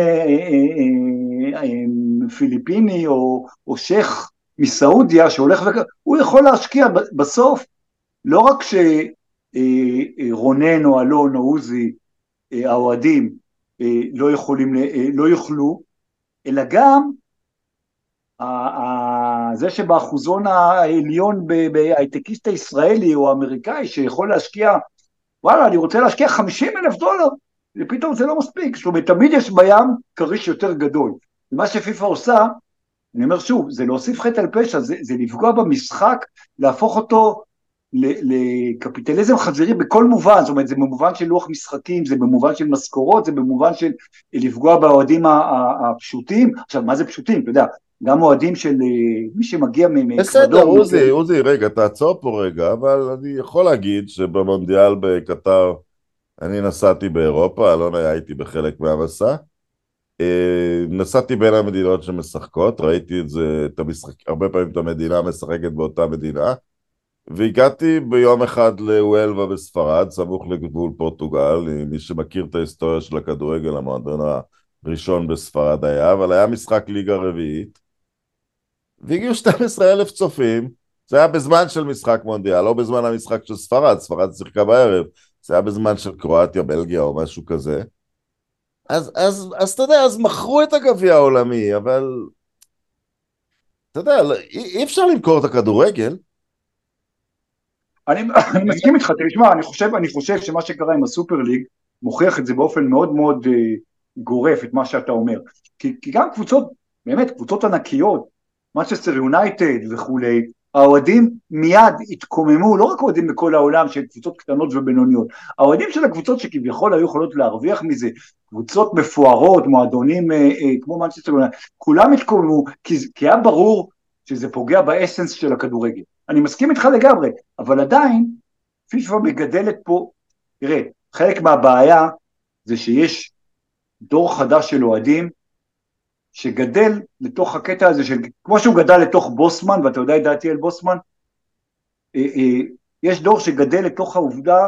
פיליפיני או שייך מסעודיה שהולך הוא יכול להשקיע בסוף, לא רק שרונן או אלון או עוזי האוהדים לא יוכלו, אלא גם זה שבאחוזון העליון בהייטקיסט הישראלי או האמריקאי שיכול להשקיע, וואלה, אני רוצה להשקיע $50,000, ופתאום זה לא מספיק, זאת אומרת, תמיד יש בים כריש יותר גדול. ומה שפיפה עושה, אני אומר שוב, זה להוסיף חטא על פשע, זה לפגוע במשחק, להפוך אותו לקפיטליזם חזירי בכל מובן, זאת אומרת, זה במובן של לוח משחקים, זה במובן של משכורות, זה במובן של לפגוע באוהדים הפשוטים. עכשיו, מה זה פשוטים? אתה יודע, גם אוהדים של מי שמגיע בסדר, מאקוודור. עוזי, רגע, תעצור פה רגע, אבל אני יכול להגיד שבמונדיאל בקטר אני נסעתי באירופה, אלון היה איתי בחלק מהמסע, נסעתי בין המדינות שמשחקות, ראיתי את זה, הרבה פעמים את המדינה משחקת באותה מדינה, והגעתי ביום אחד לואלבה בספרד, סמוך לגבול פורטוגל, מי שמכיר את ההיסטוריה של הכדורגל, המועדון הראשון בספרד היה, אבל היה משחק ליגה רביעית, והגיעו 12,000 צופים, זה היה בזמן של משחק מונדיאל, לא בזמן המשחק של ספרד, ספרד שיחקה בערב, זה היה בזמן של קרואטיה, בלגיה או משהו כזה, אז אתה יודע, אז מכרו את הגביע העולמי, אבל אתה יודע, אי אפשר למכור את הכדורגל. אני מסכים איתך, תשמע, אני חושב שמה שקרה עם הסופר ליג מוכיח את זה באופן מאוד מאוד גורף, את מה שאתה אומר. כי גם קבוצות, באמת, קבוצות ענקיות, מנצ'סטר יונייטד וכולי, האוהדים מיד התקוממו, לא רק אוהדים בכל העולם של קבוצות קטנות ובינוניות, האוהדים של הקבוצות שכביכול היו יכולות להרוויח מזה, קבוצות מפוארות, מועדונים כמו מנצ'סטר יונייטד, כולם התקוממו, כי היה ברור שזה פוגע באסנס של הכדורגל. אני מסכים איתך לגמרי, אבל עדיין, פיפ"א מגדלת פה, תראה, חלק מהבעיה זה שיש דור חדש של אוהדים, שגדל לתוך הקטע הזה, כמו שהוא גדל לתוך בוסמן, ואתה יודע את דעתי על בוסמן, יש דור שגדל לתוך העובדה,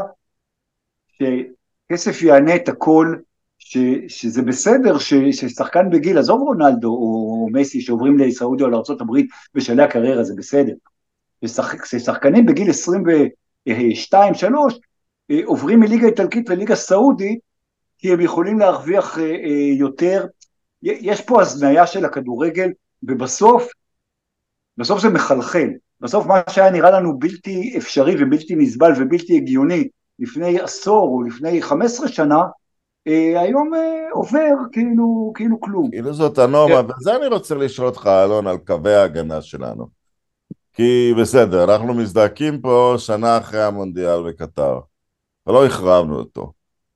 שכסף יענה את הכל, שזה בסדר, ששחקן בגיל, עזוב רונלדו או מסי, שעוברים לסעודיה או לארצות הברית, בשלבי הקריירה, זה בסדר. ששחקנים בגיל 22-3 עוברים מליגה איטלקית לליגה סעודית, כי הם יכולים להרוויח יותר. יש פה הזניה של הכדורגל, ובסוף זה מחלחל. בסוף מה שהיה נראה לנו בלתי אפשרי ובלתי נסבל ובלתי הגיוני לפני עשור או לפני 15 שנה, היום עובר כאילו כלום. כאילו זאת הנורמה, וזה אני רוצה לשאול אותך, אלון, על קווי ההגנה שלנו. כי בסדר, אנחנו מזדעקים פה שנה אחרי המונדיאל בקטר, ולא החרבנו אותו.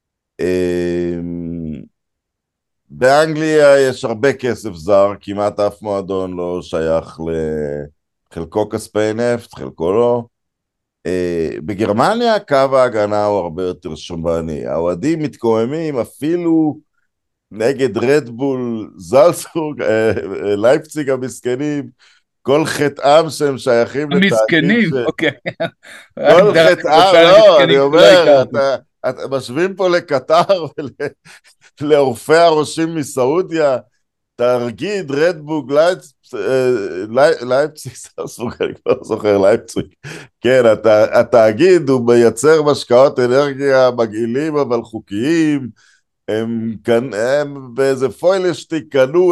באנגליה יש הרבה כסף זר, כמעט אף מועדון לא שייך לחלקו כספי נפט, חלקו לא. בגרמניה קו ההגנה הוא הרבה יותר שמרני, האוהדים מתקוממים אפילו נגד רדבול, זלצבורג, לייפציג המסכנים, כל חטאם שהם שייכים המסכנים, אוקיי. כל חטאם, לא, אני אומר, משווים פה לקטר ולעורפי הראשים מסעודיה, תרגיד רדבורג, לייפציג, אני כבר זוכר לייפציג, כן, התאגיד הוא מייצר משקאות אנרגיה מגעילים אבל חוקיים, הם באיזה פוילשטיק קנו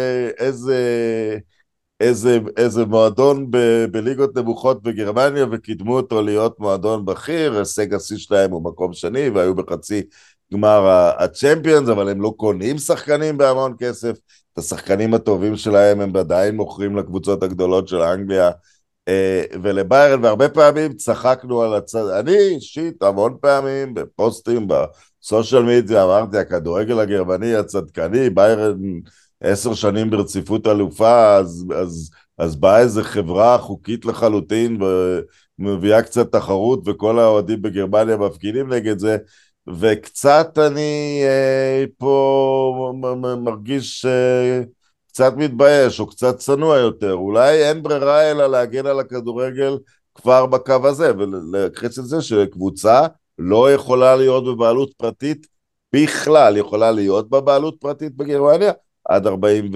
איזה מועדון בליגות נמוכות בגרמניה וקידמו אותו להיות מועדון בכיר, הישג השיא שלהם הוא מקום שני והיו בחצי גמר הצ'מפיונס, אבל הם לא קונים שחקנים בהמון כסף, את השחקנים הטובים שלהם הם עדיין מוכרים לקבוצות הגדולות של אנגליה ולביירן, והרבה פעמים צחקנו על הצד, אני אישית המון פעמים בפוסטים בסושיאל מדיה אמרתי הכדורגל הגרמני הצדקני, ביירן 10 שנים ברציפות אלופה, אז באה איזו חברה חוקית לחלוטין ומביאה קצת תחרות וכל האוהדים בגרמניה מפגינים נגד זה, וקצת אני פה מרגיש קצת מתבייש או קצת צנוע יותר, אולי אין ברירה אלא להגן על הכדורגל כבר בקו הזה, ולקחץ את זה שקבוצה לא יכולה להיות בבעלות פרטית בכלל, יכולה להיות בבעלות פרטית בגרמניה, עד 49%,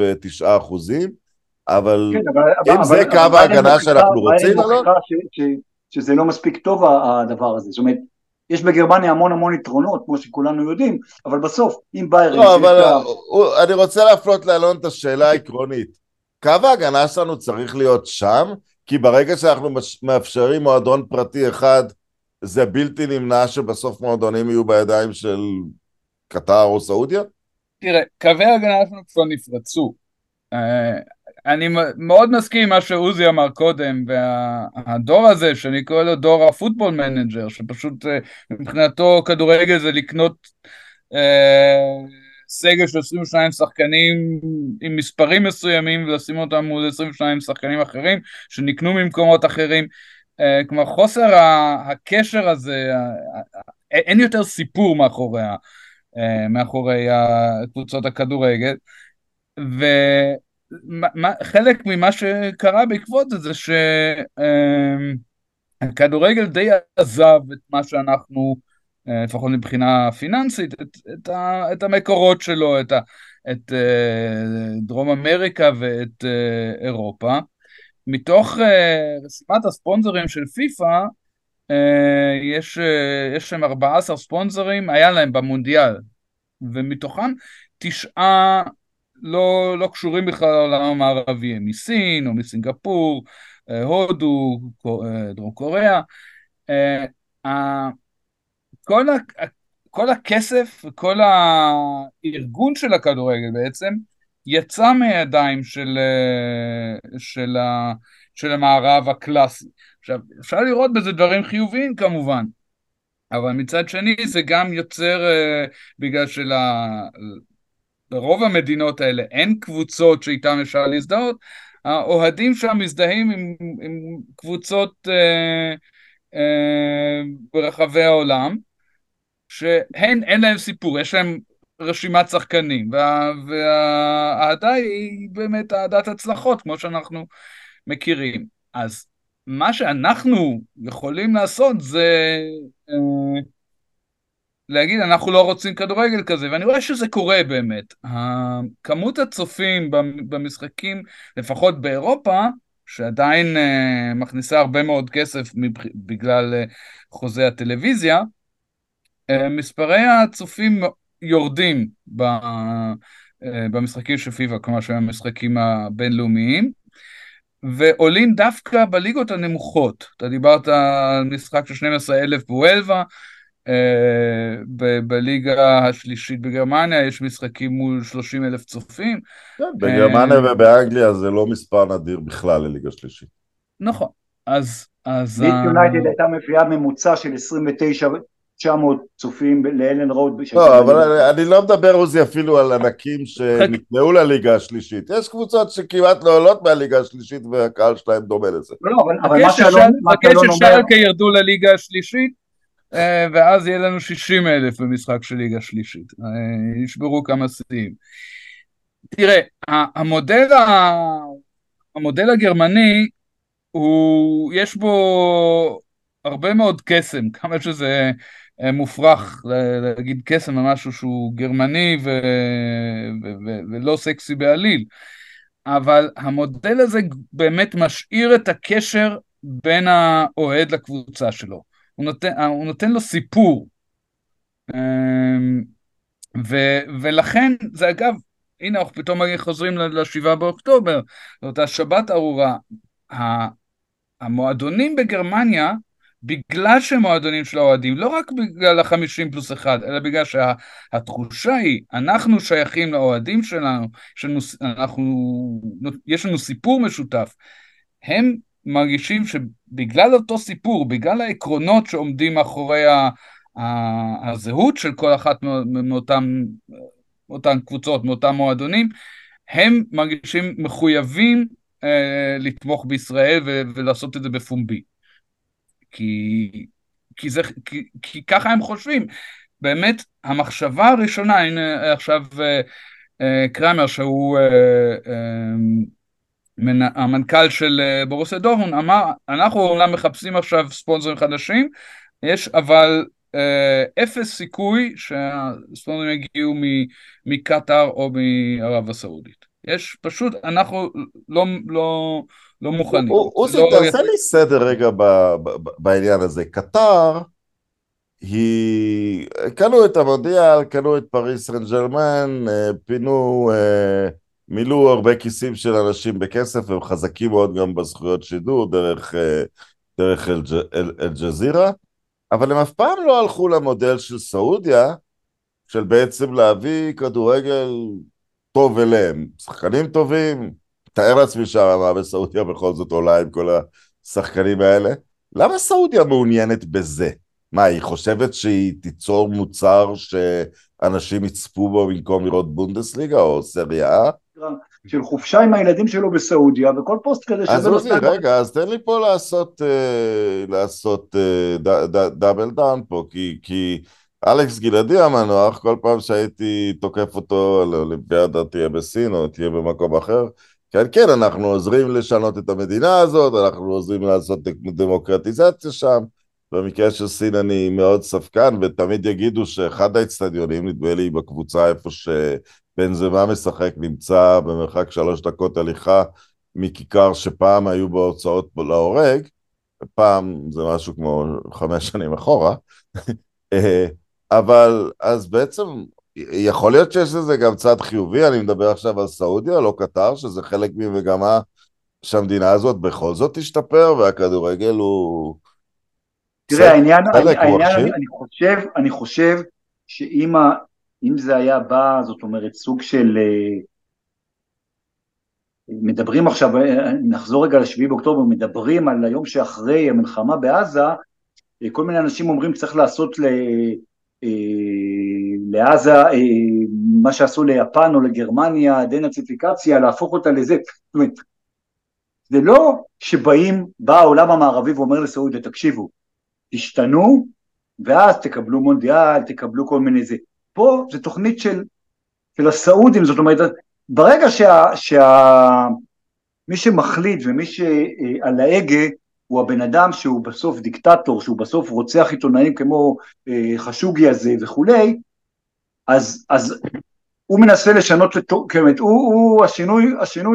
אבל אם זה קו ההגנה שאנחנו רוצים, שזה לא מספיק טוב הדבר הזה, זאת אומרת, יש בגרמניה המון יתרונות, כמו שכולנו יודעים, אבל בסוף, אם ביירן... לא, אבל אני רוצה להפנות לאלון את השאלה העקרונית. קו ההגנה שלנו צריך להיות שם, כי ברגע שאנחנו מאפשרים מועדון פרטי אחד, זה בלתי נמנע שבסוף מועדונים יהיו בידיים של קטר או סעודיה? תראה, קווי ההגנה שלנו כבר נפרצו. אני מאוד מסכים עם מה שעוזי אמר קודם, והדור הזה, שאני קורא לו דור הפוטבול מנג'ר, שפשוט מבחינתו כדורגל זה לקנות סגל של 22 שחקנים עם מספרים מסוימים, ולשים אותם מול 22 שחקנים אחרים, שנקנו ממקומות אחרים. כלומר, חוסר הקשר הזה, אין יותר סיפור מאחורי קבוצות הכדורגל, וחלק ממה שקרה בעקבות זה שהכדורגל די עזב את מה שאנחנו, לפחות מבחינה פיננסית, את המקורות שלו, את דרום אמריקה ואת אירופה. מתוך רשימת הספונסרים של פיפא, יש שם 14 ספונסרים, היה להם במונדיאל, ומתוכם 9 לא קשורים בכלל לעולם המערבי, הם מסין או מסינגפור, הודו, דרום קוריאה. כל, כל הכסף וכל הארגון של הכדורגל בעצם יצא מידיים של המערב הקלאסי. עכשיו, אפשר לראות בזה דברים חיוביים כמובן, אבל מצד שני זה גם יוצר, בגלל ברוב המדינות האלה אין קבוצות שאיתן אפשר להזדהות, האוהדים שם מזדהים עם קבוצות ברחבי העולם, שהן אין להם סיפור, יש להם רשימת שחקנים, והאהדה היא באמת אהדת הצלחות, כמו שאנחנו מכירים. אז מה שאנחנו יכולים לעשות זה להגיד, אנחנו לא רוצים כדורגל כזה, ואני רואה שזה קורה באמת. כמות הצופים במשחקים, לפחות באירופה, שעדיין מכניסה הרבה מאוד כסף בגלל חוזה הטלוויזיה, מספרי הצופים יורדים במשחקים של פיפ"א, כלומר שהם המשחקים הבינלאומיים, ועולים דווקא בליגות הנמוכות. אתה דיברת על משחק של 12,000 בואלבה, בליגה השלישית בגרמניה יש משחקים מול 30,000 צופים. בגרמניה ובאנגליה זה לא מספר נדיר בכלל לליגה שלישית. נכון, אז לידס יונייטד הייתה מביאה ממוצע של 29,900 צופים לאלן רוד. לא, אבל אני לא מדבר עוזי אפילו על ענקים שנקראו לליגה השלישית. יש קבוצות שכמעט לא עולות מהליגה השלישית והקהל שלהם דומה לזה. לא, אבל מה שאלון אומר... ששלקה ירדו לליגה השלישית, ואז יהיה לנו 60,000 במשחק של ליגה שלישית. ישברו כמה שיאים. תראה, המודל הגרמני, יש בו הרבה מאוד קסם, כמה שזה מופרך להגיד קסם על משהו שהוא גרמני ולא סקסי בעליל, אבל המודל הזה באמת משאיר את הקשר בין האוהד לקבוצה שלו, הוא נותן לו סיפור, ולכן זה אגב, הנה אנחנו פתאום חוזרים ל7 באוקטובר, זאת השבת ארורה, המועדונים בגרמניה, בגלל שהם מועדונים של האוהדים, לא רק בגלל 50+1, אלא בגלל שהתחושה היא, אנחנו שייכים לאוהדים שלנו, יש לנו סיפור משותף, הם מרגישים שבגלל אותו סיפור, בגלל העקרונות שעומדים מאחורי הזהות של כל אחת מאותן קבוצות, מאותם מועדונים, הם מרגישים מחויבים לתמוך בישראל ולעשות את זה בפומבי. כי ככה הם חושבים. באמת, המחשבה הראשונה, הנה עכשיו קרמר, שהוא המנכ"ל של בורוסיה דורטמונד, אמר, אנחנו אומנם מחפשים עכשיו ספונסרים חדשים, יש אבל אפס סיכוי שהספונסרים יגיעו מקטר או מערב הסעודית. יש פשוט, אנחנו לא מוכנים. עוזי, תעשה לי סדר רגע בעניין הזה. קטר, קנו את המונדיאל, קנו את פריס סן ז'רמן, מילאו הרבה כיסים של אנשים בכסף, והם חזקים מאוד גם בזכויות שידור, דרך אל-ג'זירה, אבל הם אף פעם לא הלכו למודל של סעודיה, של בעצם להביא כדורגל טוב אליהם, שחקנים טובים, תאר לעצמי שהרמה בסעודיה בכל זאת עולה עם כל השחקנים האלה. למה סעודיה מעוניינת בזה? מה, היא חושבת שהיא תיצור מוצר שאנשים יצפו בו במקום לראות בונדסליגה או סריה A? של חופשה עם הילדים שלו בסעודיה, וכל פוסט כזה אז שווה לו עוזי, רגע, אז תן לי פה לעשות דאבל דאון פה, כי אלכס גלעדי המנוח, כל פעם שהייתי תוקף אותו על אולימפיאדה תהיה בסין או תהיה במקום אחר, כן, כן, אנחנו עוזרים לשנות את המדינה הזאת, אנחנו עוזרים לעשות דמוקרטיזציה שם, במקרה של סין אני מאוד ספקן, ותמיד יגידו שאחד האצטדיונים, נדמה לי בקבוצה איפה שבנזמה משחק, נמצא במרחק 3 דקות הליכה, מכיכר שפעם היו בהוצאות להורג, פעם זה משהו כמו 5 שנים אחורה, אבל אז בעצם יכול להיות שיש לזה גם צד חיובי, אני מדבר עכשיו על סעודיה, לא קטר, שזה חלק ממגמה שהמדינה הזאת בכל זאת תשתפר, והכדורגל הוא תראה, חלק, הוא מכשיר. אני חושב שאם אם זה היה בא, זאת אומרת, סוג של, מדברים עכשיו, נחזור רגע ל7 באוקטובר, מדברים על היום שאחרי המלחמה בעזה, כל מיני אנשים אומרים צריך לעשות לעזה מה שעשו ליפן או לגרמניה, דנאציפיקציה, להפוך אותה לזה. זאת אומרת, זה לא בא העולם המערבי ואומר לסעודיה, תקשיבו, תשתנו, ואז תקבלו מונדיאל, תקבלו כל מיני זה. פה זה תוכנית של הסעודים, זאת אומרת, ברגע מי שמחליט ומי שעל ההגה, הוא הבן אדם שהוא בסוף דיקטטור, שהוא בסוף רוצח עיתונאים כמו חשוגי הזה וכולי, אז הוא מנסה לשנות, כלומר, השינוי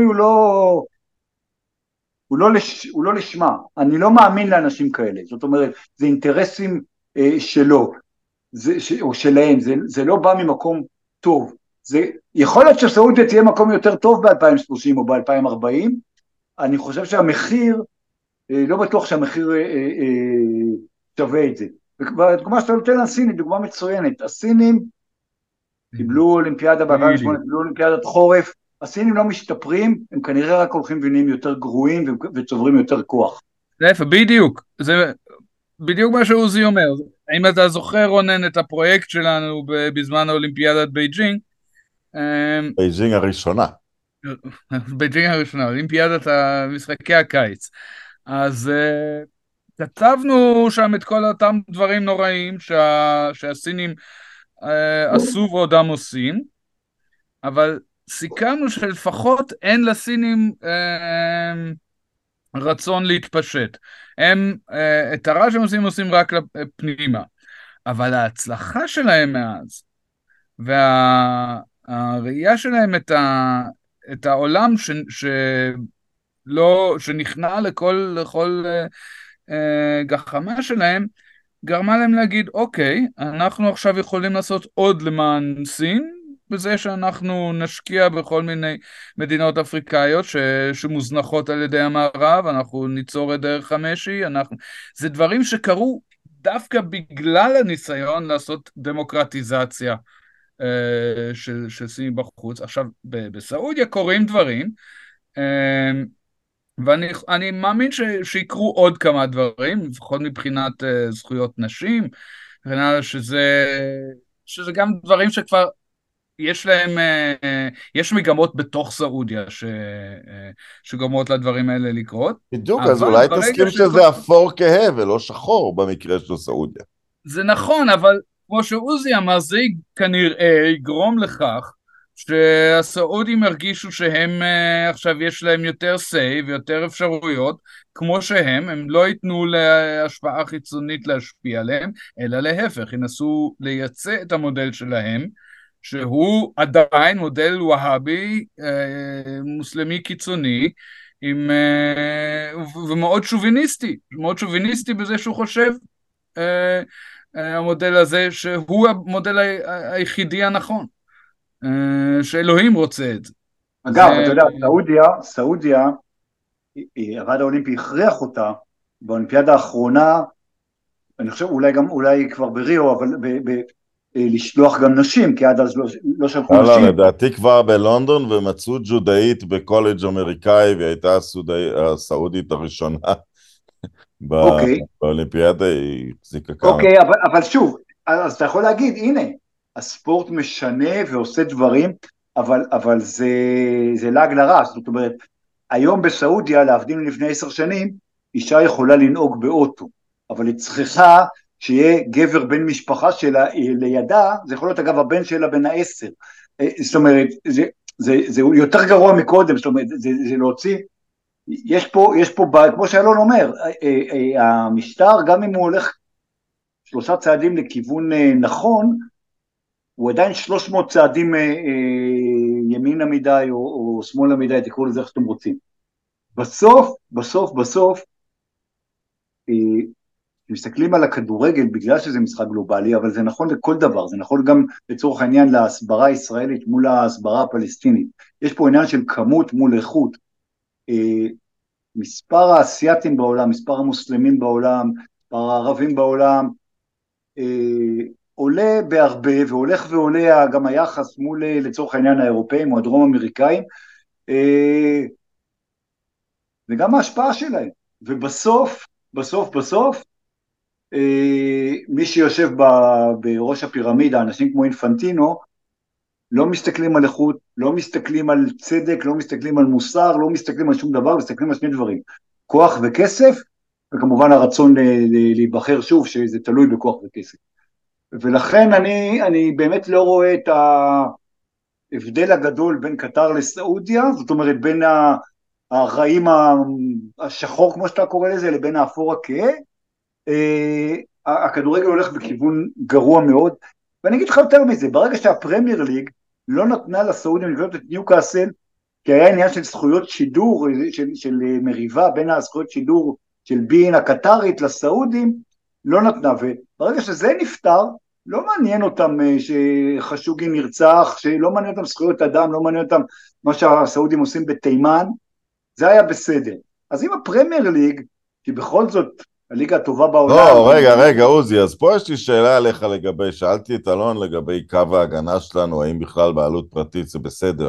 הוא לא לשמה, אני לא מאמין לאנשים כאלה, זאת אומרת, זה אינטרסים שלו, או שלהם, זה לא בא ממקום טוב, יכול להיות שסעודיה תהיה מקום יותר טוב ב-2030 או ב-2040, אני חושב שהמחיר, לא בטוח שהמחיר שווה את זה. והדוגמה שאתה נותן לסינים, דוגמה מצוינת, הסינים קיבלו אולימפיאדה ב-2008, קיבלו אולימפיאדת חורף, הסינים לא משתפרים, הם כנראה רק הולכים ונהיים יותר גרועים וצוברים יותר כוח. בדיוק, זה בדיוק מה שעוזי אומר. אם אתה זוכר, רונן, את הפרויקט שלנו בזמן האולימפיאדת בייג'ינג, בייג'ינג הראשונה. בייג'ינג הראשונה, אולימפיאדת משחקי הקיץ. אז כתבנו שם את כל אותם דברים נוראים שהסינים עשו ועודם עושים, אבל סיכמנו שלפחות אין לסינים רצון להתפשט. הם, את הרע שהם עושים רק לפנימה. אבל ההצלחה שלהם מאז, והראייה שלהם את העולם שנכנע לכל גחמה שלהם, גרמה להם להגיד, אוקיי, אנחנו עכשיו יכולים לעשות עוד למען סין, בזה שאנחנו נשקיע בכל מיני מדינות אפריקאיות שמוזנחות על ידי המערב, אנחנו ניצור את דרך המשי, זה דברים שקרו דווקא בגלל הניסיון לעשות דמוקרטיזציה של סין בחוץ. עכשיו, בסעודיה קוראים דברים, ואני מאמין שיקרו עוד כמה דברים, לפחות מבחינת זכויות נשים, שזה גם דברים שכבר יש להם, יש מגמות בתוך סעודיה שגורמות לדברים האלה לקרות. בדיוק, אז אולי תסכים שזה אפור כהה ולא שחור במקרה של סעודיה. זה נכון, אבל כמו שעוזי אמר, זה כנראה יגרום לכך שהסעודים הרגישו שהם עכשיו יש להם יותר say ויותר אפשרויות, כמו הם לא ייתנו להשפעה חיצונית להשפיע עליהם, אלא להפך, ינסו לייצא את המודל שלהם, שהוא עדיין מודל והאבי, מוסלמי קיצוני, ומאוד שוביניסטי, מאוד שוביניסטי בזה שהוא חושב, המודל הזה שהוא המודל היחידי הנכון, שאלוהים רוצה את זה. אגב, אתה יודע, סעודיה, הוועד האולימפי הכריח אותה, באולימפיאדה האחרונה, אני חושב אולי כבר בריו, אבל לשלוח גם נשים, כי עד אז לא שלחו לא, נשים. לדעתי כבר בלונדון, ומצאו ג'ודאית בקולג' אמריקאי, והיא הייתה הסעודית הראשונה אוקיי, באולימפיאדה, היא החזיקה כמה. אוקיי, אבל שוב, אז אתה יכול להגיד, הנה, הספורט משנה ועושה דברים, אבל זה לעג לרש, זאת אומרת, היום בסעודיה, להבדיל לפני 10 שנים, אישה יכולה לנהוג באוטו, אבל היא צריכה שיהיה גבר בן משפחה שלה לידה, זה יכול להיות אגב הבן שלה בן 10, זאת אומרת, זה יותר גרוע מקודם, זאת אומרת, זה להוציא, יש פה, כמו שאלון אומר, המשטר, גם אם הוא הולך 3 צעדים לכיוון נכון, הוא עדיין 300 צעדים ימינה מדי או שמאלה מדי, תקראו לזה איך שאתם רוצים. בסוף, מסתכלים על הכדורגל בגלל שזה משחק גלובלי, אבל זה נכון לכל דבר, זה נכון גם לצורך העניין להסברה הישראלית מול ההסברה הפלסטינית. יש פה עניין של כמות מול איכות. מספר האסייתים בעולם, מספר המוסלמים בעולם, מספר הערבים בעולם, עולה בהרבה, והולך ועולה גם היחס מול לצורך העניין האירופאים או הדרום אמריקאים, וגם ההשפעה שלהם. ובסוף, מי שיושב בראש הפירמידה, אנשים כמו אינפנטינו, לא מסתכלים על איכות, לא מסתכלים על צדק, לא מסתכלים על מוסר, לא מסתכלים על שום דבר, מסתכלים על 2 דברים, כוח וכסף, וכמובן הרצון להיבחר שוב, שזה תלוי בכוח וכסף. ולכן אני באמת לא רואה את ההבדל הגדול בין קטר לסעודיה, זאת אומרת בין הרעים השחור כמו שאתה קורא לזה, לבין האפור הכהה, הכדורגל הולך בכיוון גרוע מאוד, ואני אגיד לך יותר מזה, ברגע שהפרמייר ליג לא נתנה לסעודים לקנות את ניוקאסל, כי היה עניין של זכויות שידור, של מריבה בין הזכויות שידור של בין הקטרית לסעודים, לא נתנה, וברגע שזה נפטר, לא מעניין אותם שחשוגי נרצח, שלא מעניין אותם זכויות אדם, לא מעניין אותם מה שהסעודים עושים בתימן, זה היה בסדר. אז אם הפרמייר ליג, כי בכל זאת הליגה הטובה בעולם... לא, רגע, עוזי, אז פה יש לי שאלה עליך לגבי, שאלתי את אלון לגבי קו ההגנה שלנו, האם בכלל בעלות פרטית זה בסדר.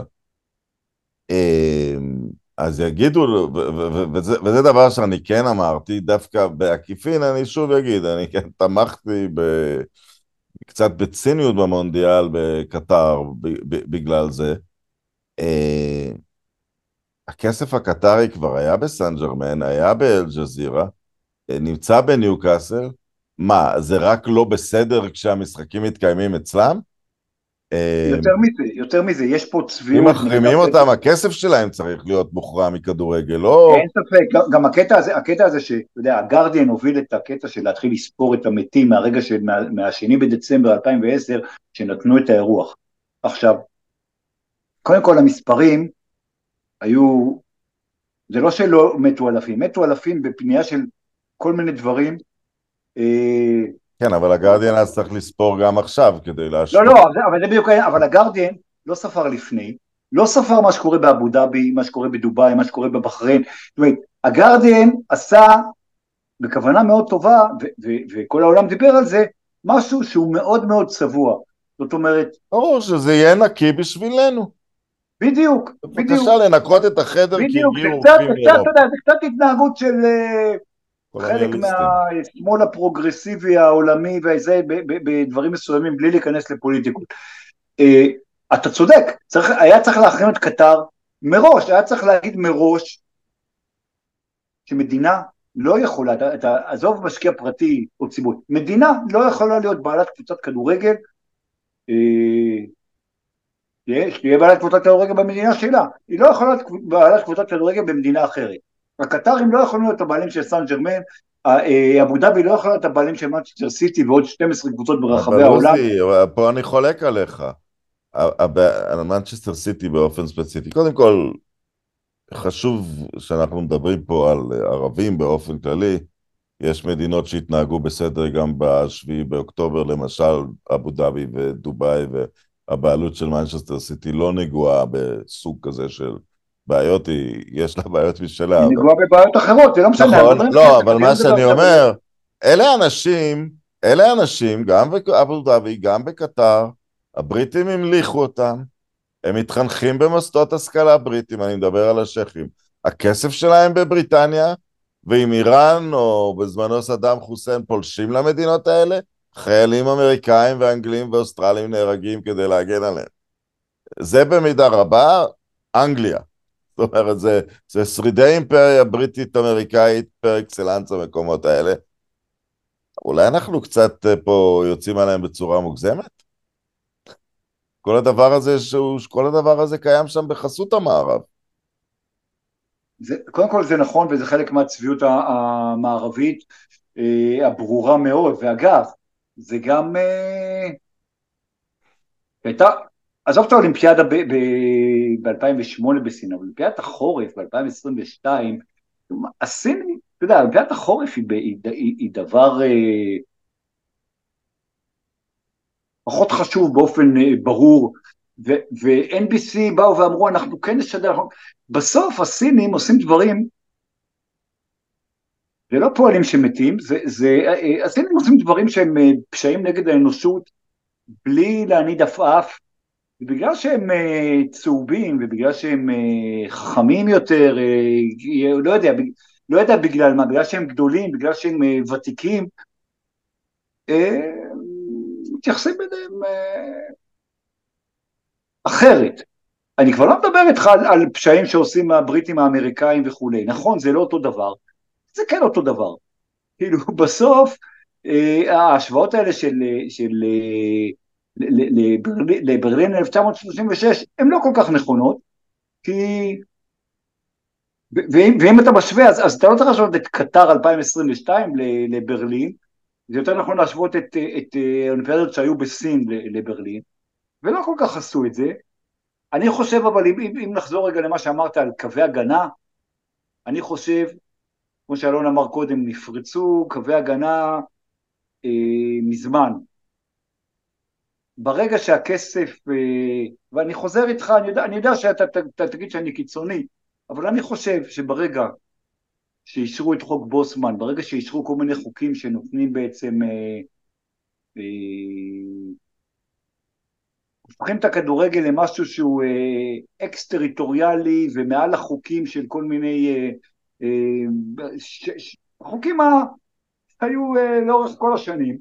אז יגידו, וזה דבר שאני כן אמרתי, דווקא בעקיפין, אני שוב אגיד, אני כן תמכתי קצת בציניות במונדיאל בקטר בגלל זה. הכסף הקטרי כבר היה בסן ג'רמן, היה באל-ג'זירה, נמצא בניוקאסל. מה, זה רק לא בסדר כשהמשחקים מתקיימים אצלם? יותר מזה, יש פה צביעות. אם מחרימים אותם, הכסף שלהם צריך להיות מוכרע מכדורגל, לא... אין ספק, גם הקטע הזה שאתה יודע, הגרדיאן הוביל את הקטע של להתחיל לספור את המתים מהרגע מהשני בדצמבר 2010, שנתנו את האירוח. עכשיו, קודם כל המספרים היו, זה לא שלא מתו אלפים בפנייה של כל מיני דברים. כן, אבל הגרדיאן אז צריך לספור גם עכשיו כדי להשפור. לא, אבל זה בדיוק, אבל הגרדיאן לא ספר לפני, לא ספר מה שקורה באבו דאבי, מה שקורה בדובאי, מה שקורה בבחריין. זאת אומרת, הגרדיאן עשה בכוונה מאוד טובה, וכל העולם דיבר על זה, משהו שהוא מאוד מאוד צבוע. זאת אומרת... ברור שזה יהיה נקי בשבילנו. בדיוק. בבקשה לנקות את החדר, בדיוק, כי הגיעו אורחים מאירופה. זה קצת התנהגות של חלק מהשמאל הפרוגרסיבי העולמי, וזה בדברים מסוימים, בלי להיכנס לפוליטיקות. אתה צודק, היה צריך להכין את קטר מראש, היה צריך להגיד מראש, שמדינה לא יכולה, עזוב משקיע פרטי או ציבורי, מדינה לא יכולה להיות בעלת קבוצת כדורגל, שתהיה בעלת קבוצת כדורגל במדינה שלה, היא לא יכולה להיות בעלת קבוצת כדורגל במדינה אחרת. הקטרים לא יכולים להיות הבעלים של סן ג'רמן, אבו דאבי לא יכולה להיות הבעלים של מנצ'סטר סיטי ועוד 12 קבוצות ברחבי העולם. פה אני חולק עליך, על מנצ'סטר סיטי באופן ספציפי. קודם כל, חשוב שאנחנו מדברים פה על ערבים באופן כללי, יש מדינות שהתנהגו בסדר גם ב7 באוקטובר, למשל אבו דאבי ודובאי, והבעלות של מנצ'סטר סיטי לא נגועה בסוג כזה של בעיות, יש לה בעיות משלה. היא נגועה בבעיות אחרות, זה לא משנה. נכון, לא, אבל מה שאני אומר, אלה אנשים אלה אנשים, גם באבו דאבי, גם בקטר, הבריטים המליכו אותם, הם מתחנכים במוסדות השכלה בריטים, אני מדבר על השייחים. הכסף שלהם בבריטניה, ואם איראן או בזמנו סדאם חוסיין פולשים למדינות האלה, חיילים אמריקאים ואנגלים ואוסטרלים נהרגים כדי להגן עליהם. זה במידה רבה אנגליה. זאת אומרת, זה שרידי אימפריה בריטית אמריקאית פר אקסלנס המקומות האלה. אולי אנחנו קצת פה יוצאים עליהם בצורה מוגזמת? כל הדבר הזה קיים שם בחסות המערב. קודם כל זה נכון, וזה חלק מהצביעות המערבית הברורה מאוד, ואגב, זה גם הייתה, עזוב את האולימפיאדה ב-2008 בסין, אולימפיאדת החורף ב-2022, הסין, אתה יודע, אולימפיאדת החורף היא דבר פחות חשוב באופן ברור, ו-NBC באו ואמרו, אנחנו כן נשדר, בסוף הסינים עושים דברים, זה לא פועלים שמתים, הסינים עושים דברים שהם פשעים נגד האנושות, בלי להניד עפעף, ובגלל שהם צהובים, ובגלל שהם חכמים יותר, לא יודע בגלל מה, בגלל שהם גדולים, בגלל שהם ותיקים, מתייחסים ביניהם אחרת. אני כבר לא מדבר איתך על פשעים שעושים הבריטים האמריקאים וכולי, נכון, זה לא אותו דבר, זה כן אותו דבר. כאילו בסוף, ההשוואות האלה לברלין 1936, הן לא כל כך נכונות, כי, ואם אתה משווה, אז אתה לא צריך להשוות את קטר 2022 לברלין, זה יותר נכון להשוות את האולימפיאדות שהיו בסין לברלין, ולא כל כך עשו את זה. אני חושב, אבל אם נחזור רגע למה שאמרת על קווי הגנה, אני חושב, כמו שאלון אמר קודם, נפרצו קווי הגנה מזמן. ברגע שהכסף, ואני חוזר איתך, אני יודע שאתה תגיד שאני קיצוני, אבל אני חושב שברגע שאישרו את חוק בוסמן, ברגע שאישרו כל מיני חוקים שנותנים בעצם, הופכים את הכדורגל למשהו שהוא אקס-טריטוריאלי, ומעל החוקים של כל מיני, החוקים היו לאורך כל השנים,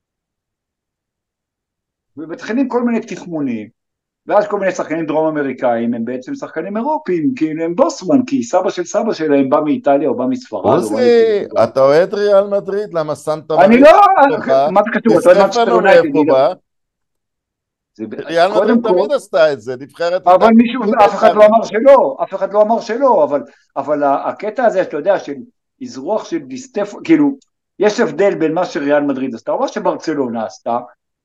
ומתחילים כל מיני תחמונים, ואז כל מיני שחקנים דרום אמריקאים, הם בעצם שחקנים אירופיים, כי הם בוסמן, כי סבא של סבא שלהם בא מאיטליה או בא מספרד. עוזי, אתה אוהד ריאל מדריד? למה סנטה אני לא, מה זה קשור? אתה אוהד מנצ'סטר יונייטד? ריאל מדריד תמיד עשתה את זה, נבחרת... אבל מישהו, אף אחד לא אמר שלא, אף אחד לא אמר שלא, אבל הקטע הזה, אתה יודע, של אזרוח של דיסטף, כאילו, יש הבדל בין מה שריאל מדריד עשתה, או מה שברצלונה עשתה,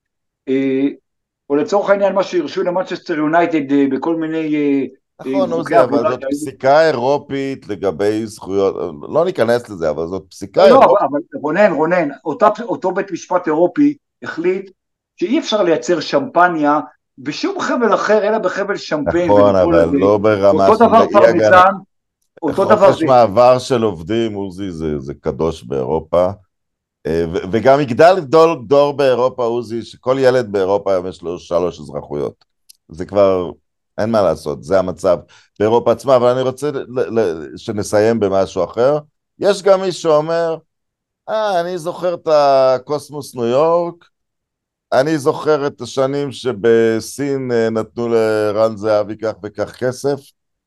או לצורך העניין מה שהרשו למנצ'סטר יונייטד בכל מיני... נכון, אבל זאת פסיקה אירופית לגבי זכויות, לא ניכנס לזה, אבל זאת פסיקה אירופית. לא, אבל רונן, אותו בית משפט אירופי החליט שאי אפשר לייצר שמפניה בשום חבל אחר, אלא בחבל שמפן. נכון, אבל לא ברמה אותו דבר פרמיזן, אותו דבר... חופש מעבר של עובדים, עוזי, זה קדוש באירופה. וגם יגדל דור באירופה, עוזי, שכל ילד באירופה יש לו 3 אזרחויות. זה כבר, אין מה לעשות, זה המצב באירופה עצמה, אבל אני רוצה שנסיים במשהו אחר. יש גם מי שאומר, אני זוכר את הקוסמוס ניו יורק, אני זוכר את השנים שבסין נתנו לרן זהבי כך וכך כסף,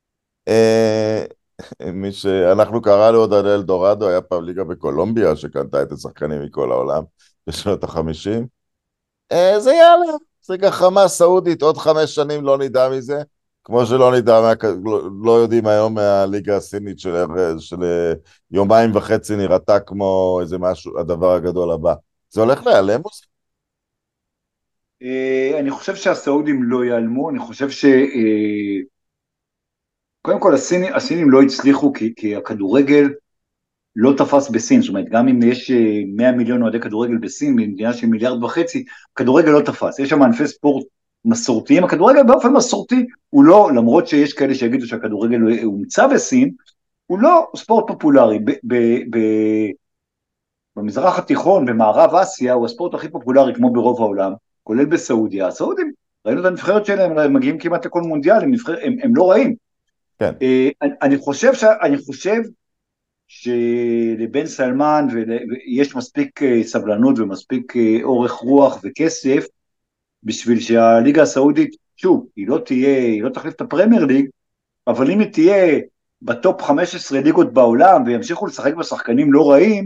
מי שאנחנו קראנו עוד על אלדורדו, היה פעם ליגה בקולומביה שקנתה את השחקנים מכל העולם בשנות ה-50. זה יאללה, זה גחמה סעודית, עוד 5 שנים לא נדע מזה, כמו שלא נדע, לא יודעים היום מהליגה הסינית של יומיים וחצי נראתה כמו איזה משהו, הדבר הגדול הבא. זה הולך להיעלם? אני חושב שהסעודים לא ייעלמו, אני חושב קודם כל, הסינים לא הצליחו, כי הכדורגל לא תפס בסין, זאת אומרת, גם אם יש 100 מיליון אוהדי כדורגל בסין, במדינה של 1.5 מיליארד, הכדורגל לא תפס, יש שם ענפי ספורט מסורתיים, הכדורגל באופן מסורתי, הוא לא, למרות שיש כאלה שיגידו שהכדורגל הומצא בסין, הוא לא ספורט פופולרי, במזרח התיכון, במערב אסיה, הוא הספורט הכי פופולרי כמו ברוב העולם, כולל בסעודיה. הסעודים, ראינו את הנבחרת שלהם, הם מגיעים כמעט לכל מונדיאל, הם לא רעים. כן. אני חושב שלבן סלמן יש מספיק סבלנות ומספיק אורך רוח וכסף, בשביל שהליגה הסעודית, שוב, היא לא תחליף את הפרמייר ליג, אבל אם היא תהיה בטופ 15 ליגות בעולם, וימשיכו לשחק בשחקנים לא רעים,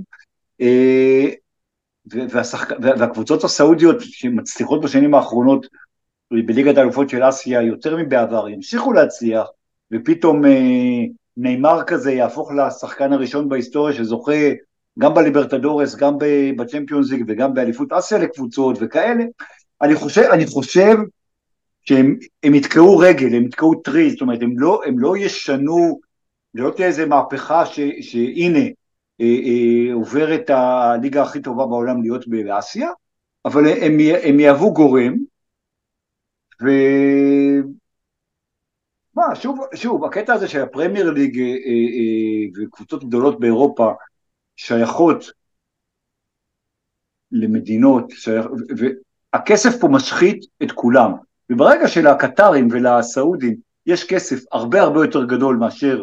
והקבוצות הסעודיות שמצליחות בשנים האחרונות, בליגת האלופות של אסיה, יותר מבעבר, ימשיכו להצליח, ופתאום ניימר כזה יהפוך לשחקן הראשון בהיסטוריה, שזוכה גם בליברטדורס, גם בצ'מפיונס ליג, וגם באליפות אסיה לקבוצות וכאלה. אני חושב שהם יתקעו רגל, הם יתקעו טריז, זאת אומרת, הם לא ישנו, לא תהיה איזה מהפכה שהנה, עוברת הליגה הכי טובה בעולם להיות באסיה, אבל הם יהוו גורם, שוב, הקטע הזה של הפרמייר ליג וקבוצות גדולות באירופה שייכות למדינות, והכסף פה משחית את כולם, וברגע שלקטרים ולסעודים יש כסף הרבה הרבה יותר גדול מאשר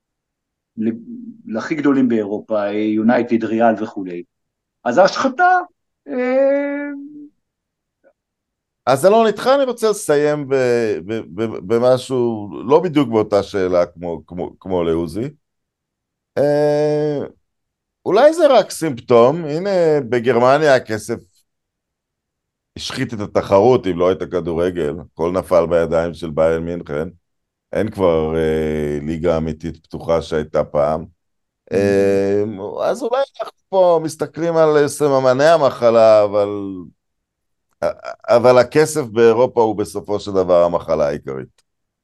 להכי גדולים באירופה, יונייטד, ריאל וכולי, אז ההשחתה... אז אלון, איתך אני רוצה לסיים במשהו, לא בדיוק באותה שאלה כמו לעוזי. אולי זה רק סימפטום, הנה בגרמניה הכסף השחית את התחרות, אם לא את הכדורגל, הכל נפל בידיים של ביירן מינכן, אין כבר ליגה אמיתית פתוחה שהייתה פעם. אז אולי אנחנו פה מסתכלים על סממני המחלה, אבל הכסף באירופה הוא בסופו של דבר המחלה העיקרית.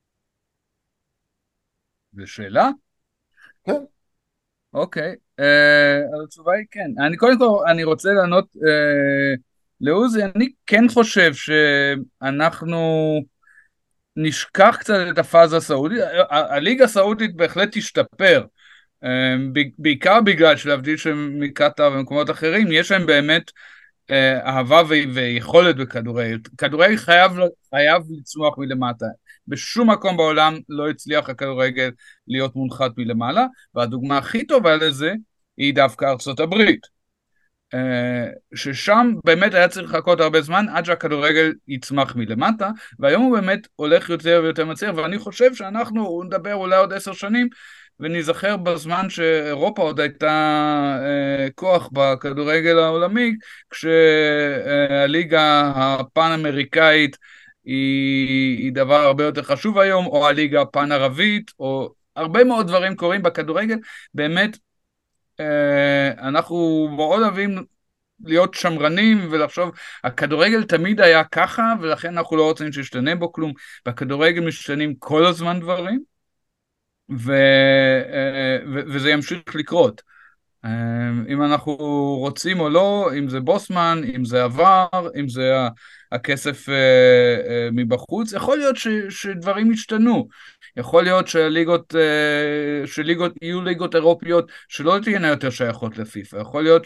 זו שאלה? כן. אוקיי, התשובה היא כן. קודם כל, אני רוצה לענות לעוזי, אני כן חושב שאנחנו נשכח קצת את הפאזה הסעודית, הליגה הסעודית בהחלט תשתפר, בעיקר בגלל שלהבדיל מקטר ומקומות אחרים, יש להם באמת אהבה ויכולת בכדורגל. כדורגל חייב לצמוח מלמטה. בשום מקום בעולם לא הצליח הכדורגל להיות מונחת מלמעלה, והדוגמה הכי טובה לזה היא דווקא ארצות הברית. ששם באמת היה צריך לחכות הרבה זמן עד שהכדורגל יצמח מלמטה, והיום הוא באמת הולך יותר ויותר מצליח, ואני חושב שאנחנו נדבר אולי עוד 10 שנים, ונזכר בזמן שאירופה עוד הייתה כוח בכדורגל העולמי, כשהליגה הפן-אמריקאית היא דבר הרבה יותר חשוב היום, או הליגה הפן-ערבית, או הרבה מאוד דברים קורים בכדורגל, באמת אנחנו מאוד אוהבים להיות שמרנים ולחשוב, הכדורגל תמיד היה ככה, ולכן אנחנו לא רוצים שישתנה בו כלום, בכדורגל משתנים כל הזמן דברים, וזה ימשיך לקרות. אם אנחנו רוצים או לא, אם זה בוסמן, אם זה עבר, אם זה הכסף מבחוץ, יכול להיות שדברים ישתנו. יכול להיות שליגות יהיו ליגות אירופיות שלא תהיינה יותר שייכות לפיפ"א. יכול להיות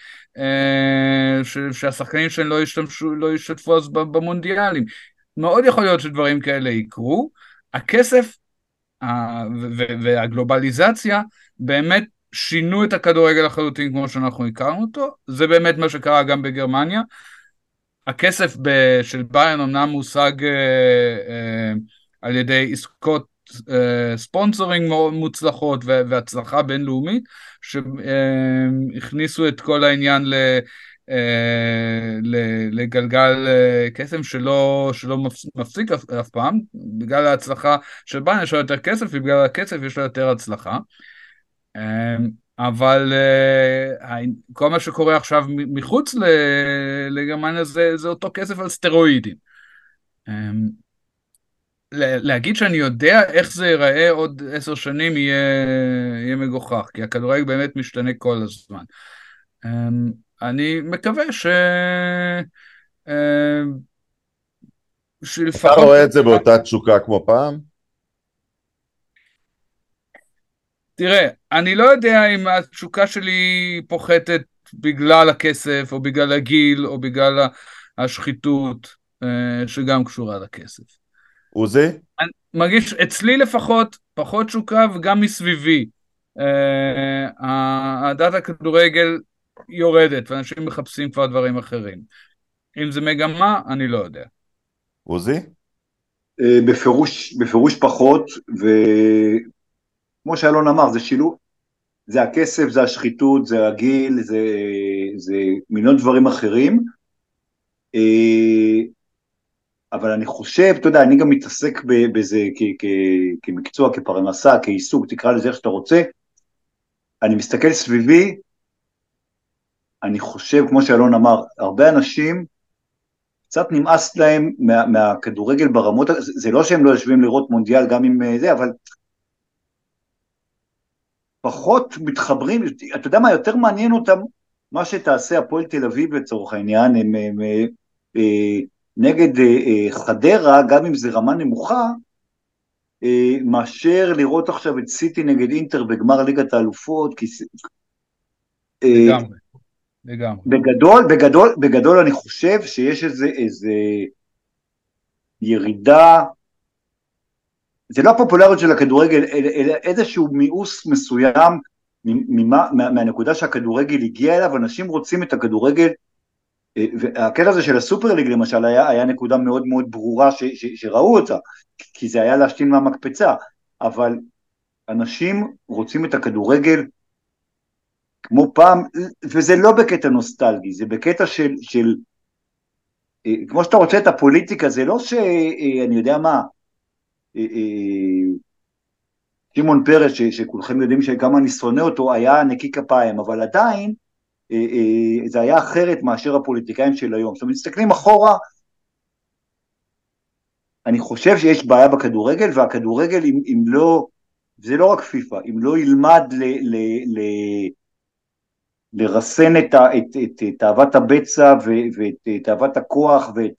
שהשחקנים שלהם לא ישתתפו אז במונדיאלים. מאוד יכול להיות שדברים כאלה יקרו. הכסף והגלובליזציה באמת שינו את הכדורגל לחלוטין כמו שאנחנו הכרנו אותו, זה באמת מה שקרה גם בגרמניה. הכסף של ביירן אמנם מושג על ידי עסקות ספונסורינג מאוד מוצלחות והצלחה בינלאומית, שהכניסו את כל העניין לגלגל קסם שלא מפסיק אף פעם, בגלל ההצלחה של ביירן יש לו יותר כסף, ובגלל הכסף יש לו יותר הצלחה. אבל כל מה שקורה עכשיו מחוץ לגרמניה זה אותו כסף על סטרואידים. להגיד שאני יודע איך זה ייראה עוד 10 שנים יהיה מגוחך, כי הכדורגל באמת משתנה כל הזמן. אני מקווה אתה רואה את זה באותה תשוקה כמו פעם? תראה, אני לא יודע אם התשוקה שלי פוחתת בגלל הכסף, או בגלל הגיל, או בגלל השחיתות, שגם קשורה לכסף. עוזי? אני מרגיש, אצלי לפחות, פחות תשוקה, וגם מסביבי. אהדת הכדורגל יורדת, ואנשים מחפשים כבר דברים אחרים. אם זה מגמה, אני לא יודע. עוזי? בפירוש פחות, וכמו שאלון אמר, זה שילוב, זה הכסף, זה השחיתות, זה הגיל, זה מיליון דברים אחרים, אבל אני חושב, אתה יודע, אני גם מתעסק בזה כמקצוע, כפרנסה, כעיסוק, תקרא לזה איך שאתה רוצה, אני מסתכל סביבי, אני חושב, כמו שאלון אמר, הרבה אנשים, קצת נמאס להם מהכדורגל ברמות, זה לא שהם לא יושבים לראות מונדיאל גם עם זה, אבל פחות מתחברים, אתה יודע מה, יותר מעניין אותם, מה שתעשה הפועל תל אביב לצורך העניין, הם נגד חדרה, גם אם זה רמה נמוכה, מאשר לראות עכשיו את סיטי נגד אינטר בגמר ליגת האלופות, כי לגמרי, לגמרי. בגדול אני חושב שיש איזה ירידה, זה לא הפופולריות של הכדורגל, אלא איזשהו מיאוס מסוים מהנקודה שהכדורגל הגיע אליו, אנשים רוצים את הכדורגל, והקטע הזה של הסופר ליג למשל היה נקודה מאוד מאוד ברורה שראו אותה, כי זה היה להשתין מהמקפצה, אבל אנשים רוצים את הכדורגל כמו פעם, וזה לא בקטע נוסטלגי, זה בקטע של כמו שאתה רוצה את הפוליטיקה, זה לא שאני יודע מה, שמעון פרס, שכולכם יודעים שכמה אני שונא אותו, היה נקי כפיים, אבל עדיין זה היה אחרת מאשר הפוליטיקאים של היום. זאת אומרת, מסתכלים אחורה, אני חושב שיש בעיה בכדורגל, והכדורגל אם לא, זה לא רק פיפה, אם לא ילמד לרסן את תאוות הבצע ואת תאוות הכוח ואת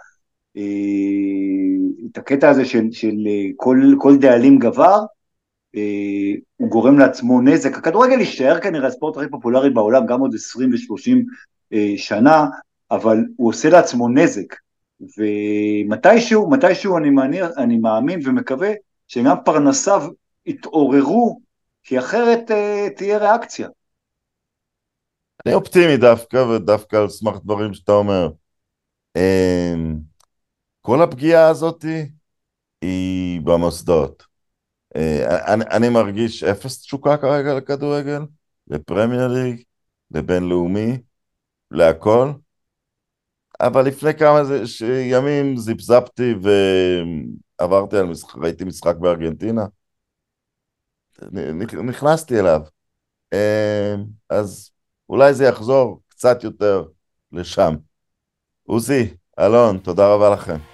את הקטע הזה של כל דאלים גבר, הוא גורם לעצמו נזק. הכדורגל יישאר כנראה הספורט הכי פופולרי בעולם, גם עוד 20 ו-30 שנה, אבל הוא עושה לעצמו נזק, ומתישהו אני מאמין ומקווה שגם פרנסיו יתעוררו, כי אחרת תהיה ריאקציה. אני אופטימי דווקא, ודווקא על סמך דברים שאתה אומר. כל הפגיעה הזאת היא במוסדות. אני מרגיש אפס תשוקה כרגע לכדורגל, לפרמייר ליג, לבינלאומי, להכל. אבל לפני כמה ימים זיפזפתי ועברתי על ראיתי משחק בארגנטינה. נכנסתי אליו. אז אולי זה יחזור קצת יותר לשם. עוזי, אלון, תודה רבה לכם.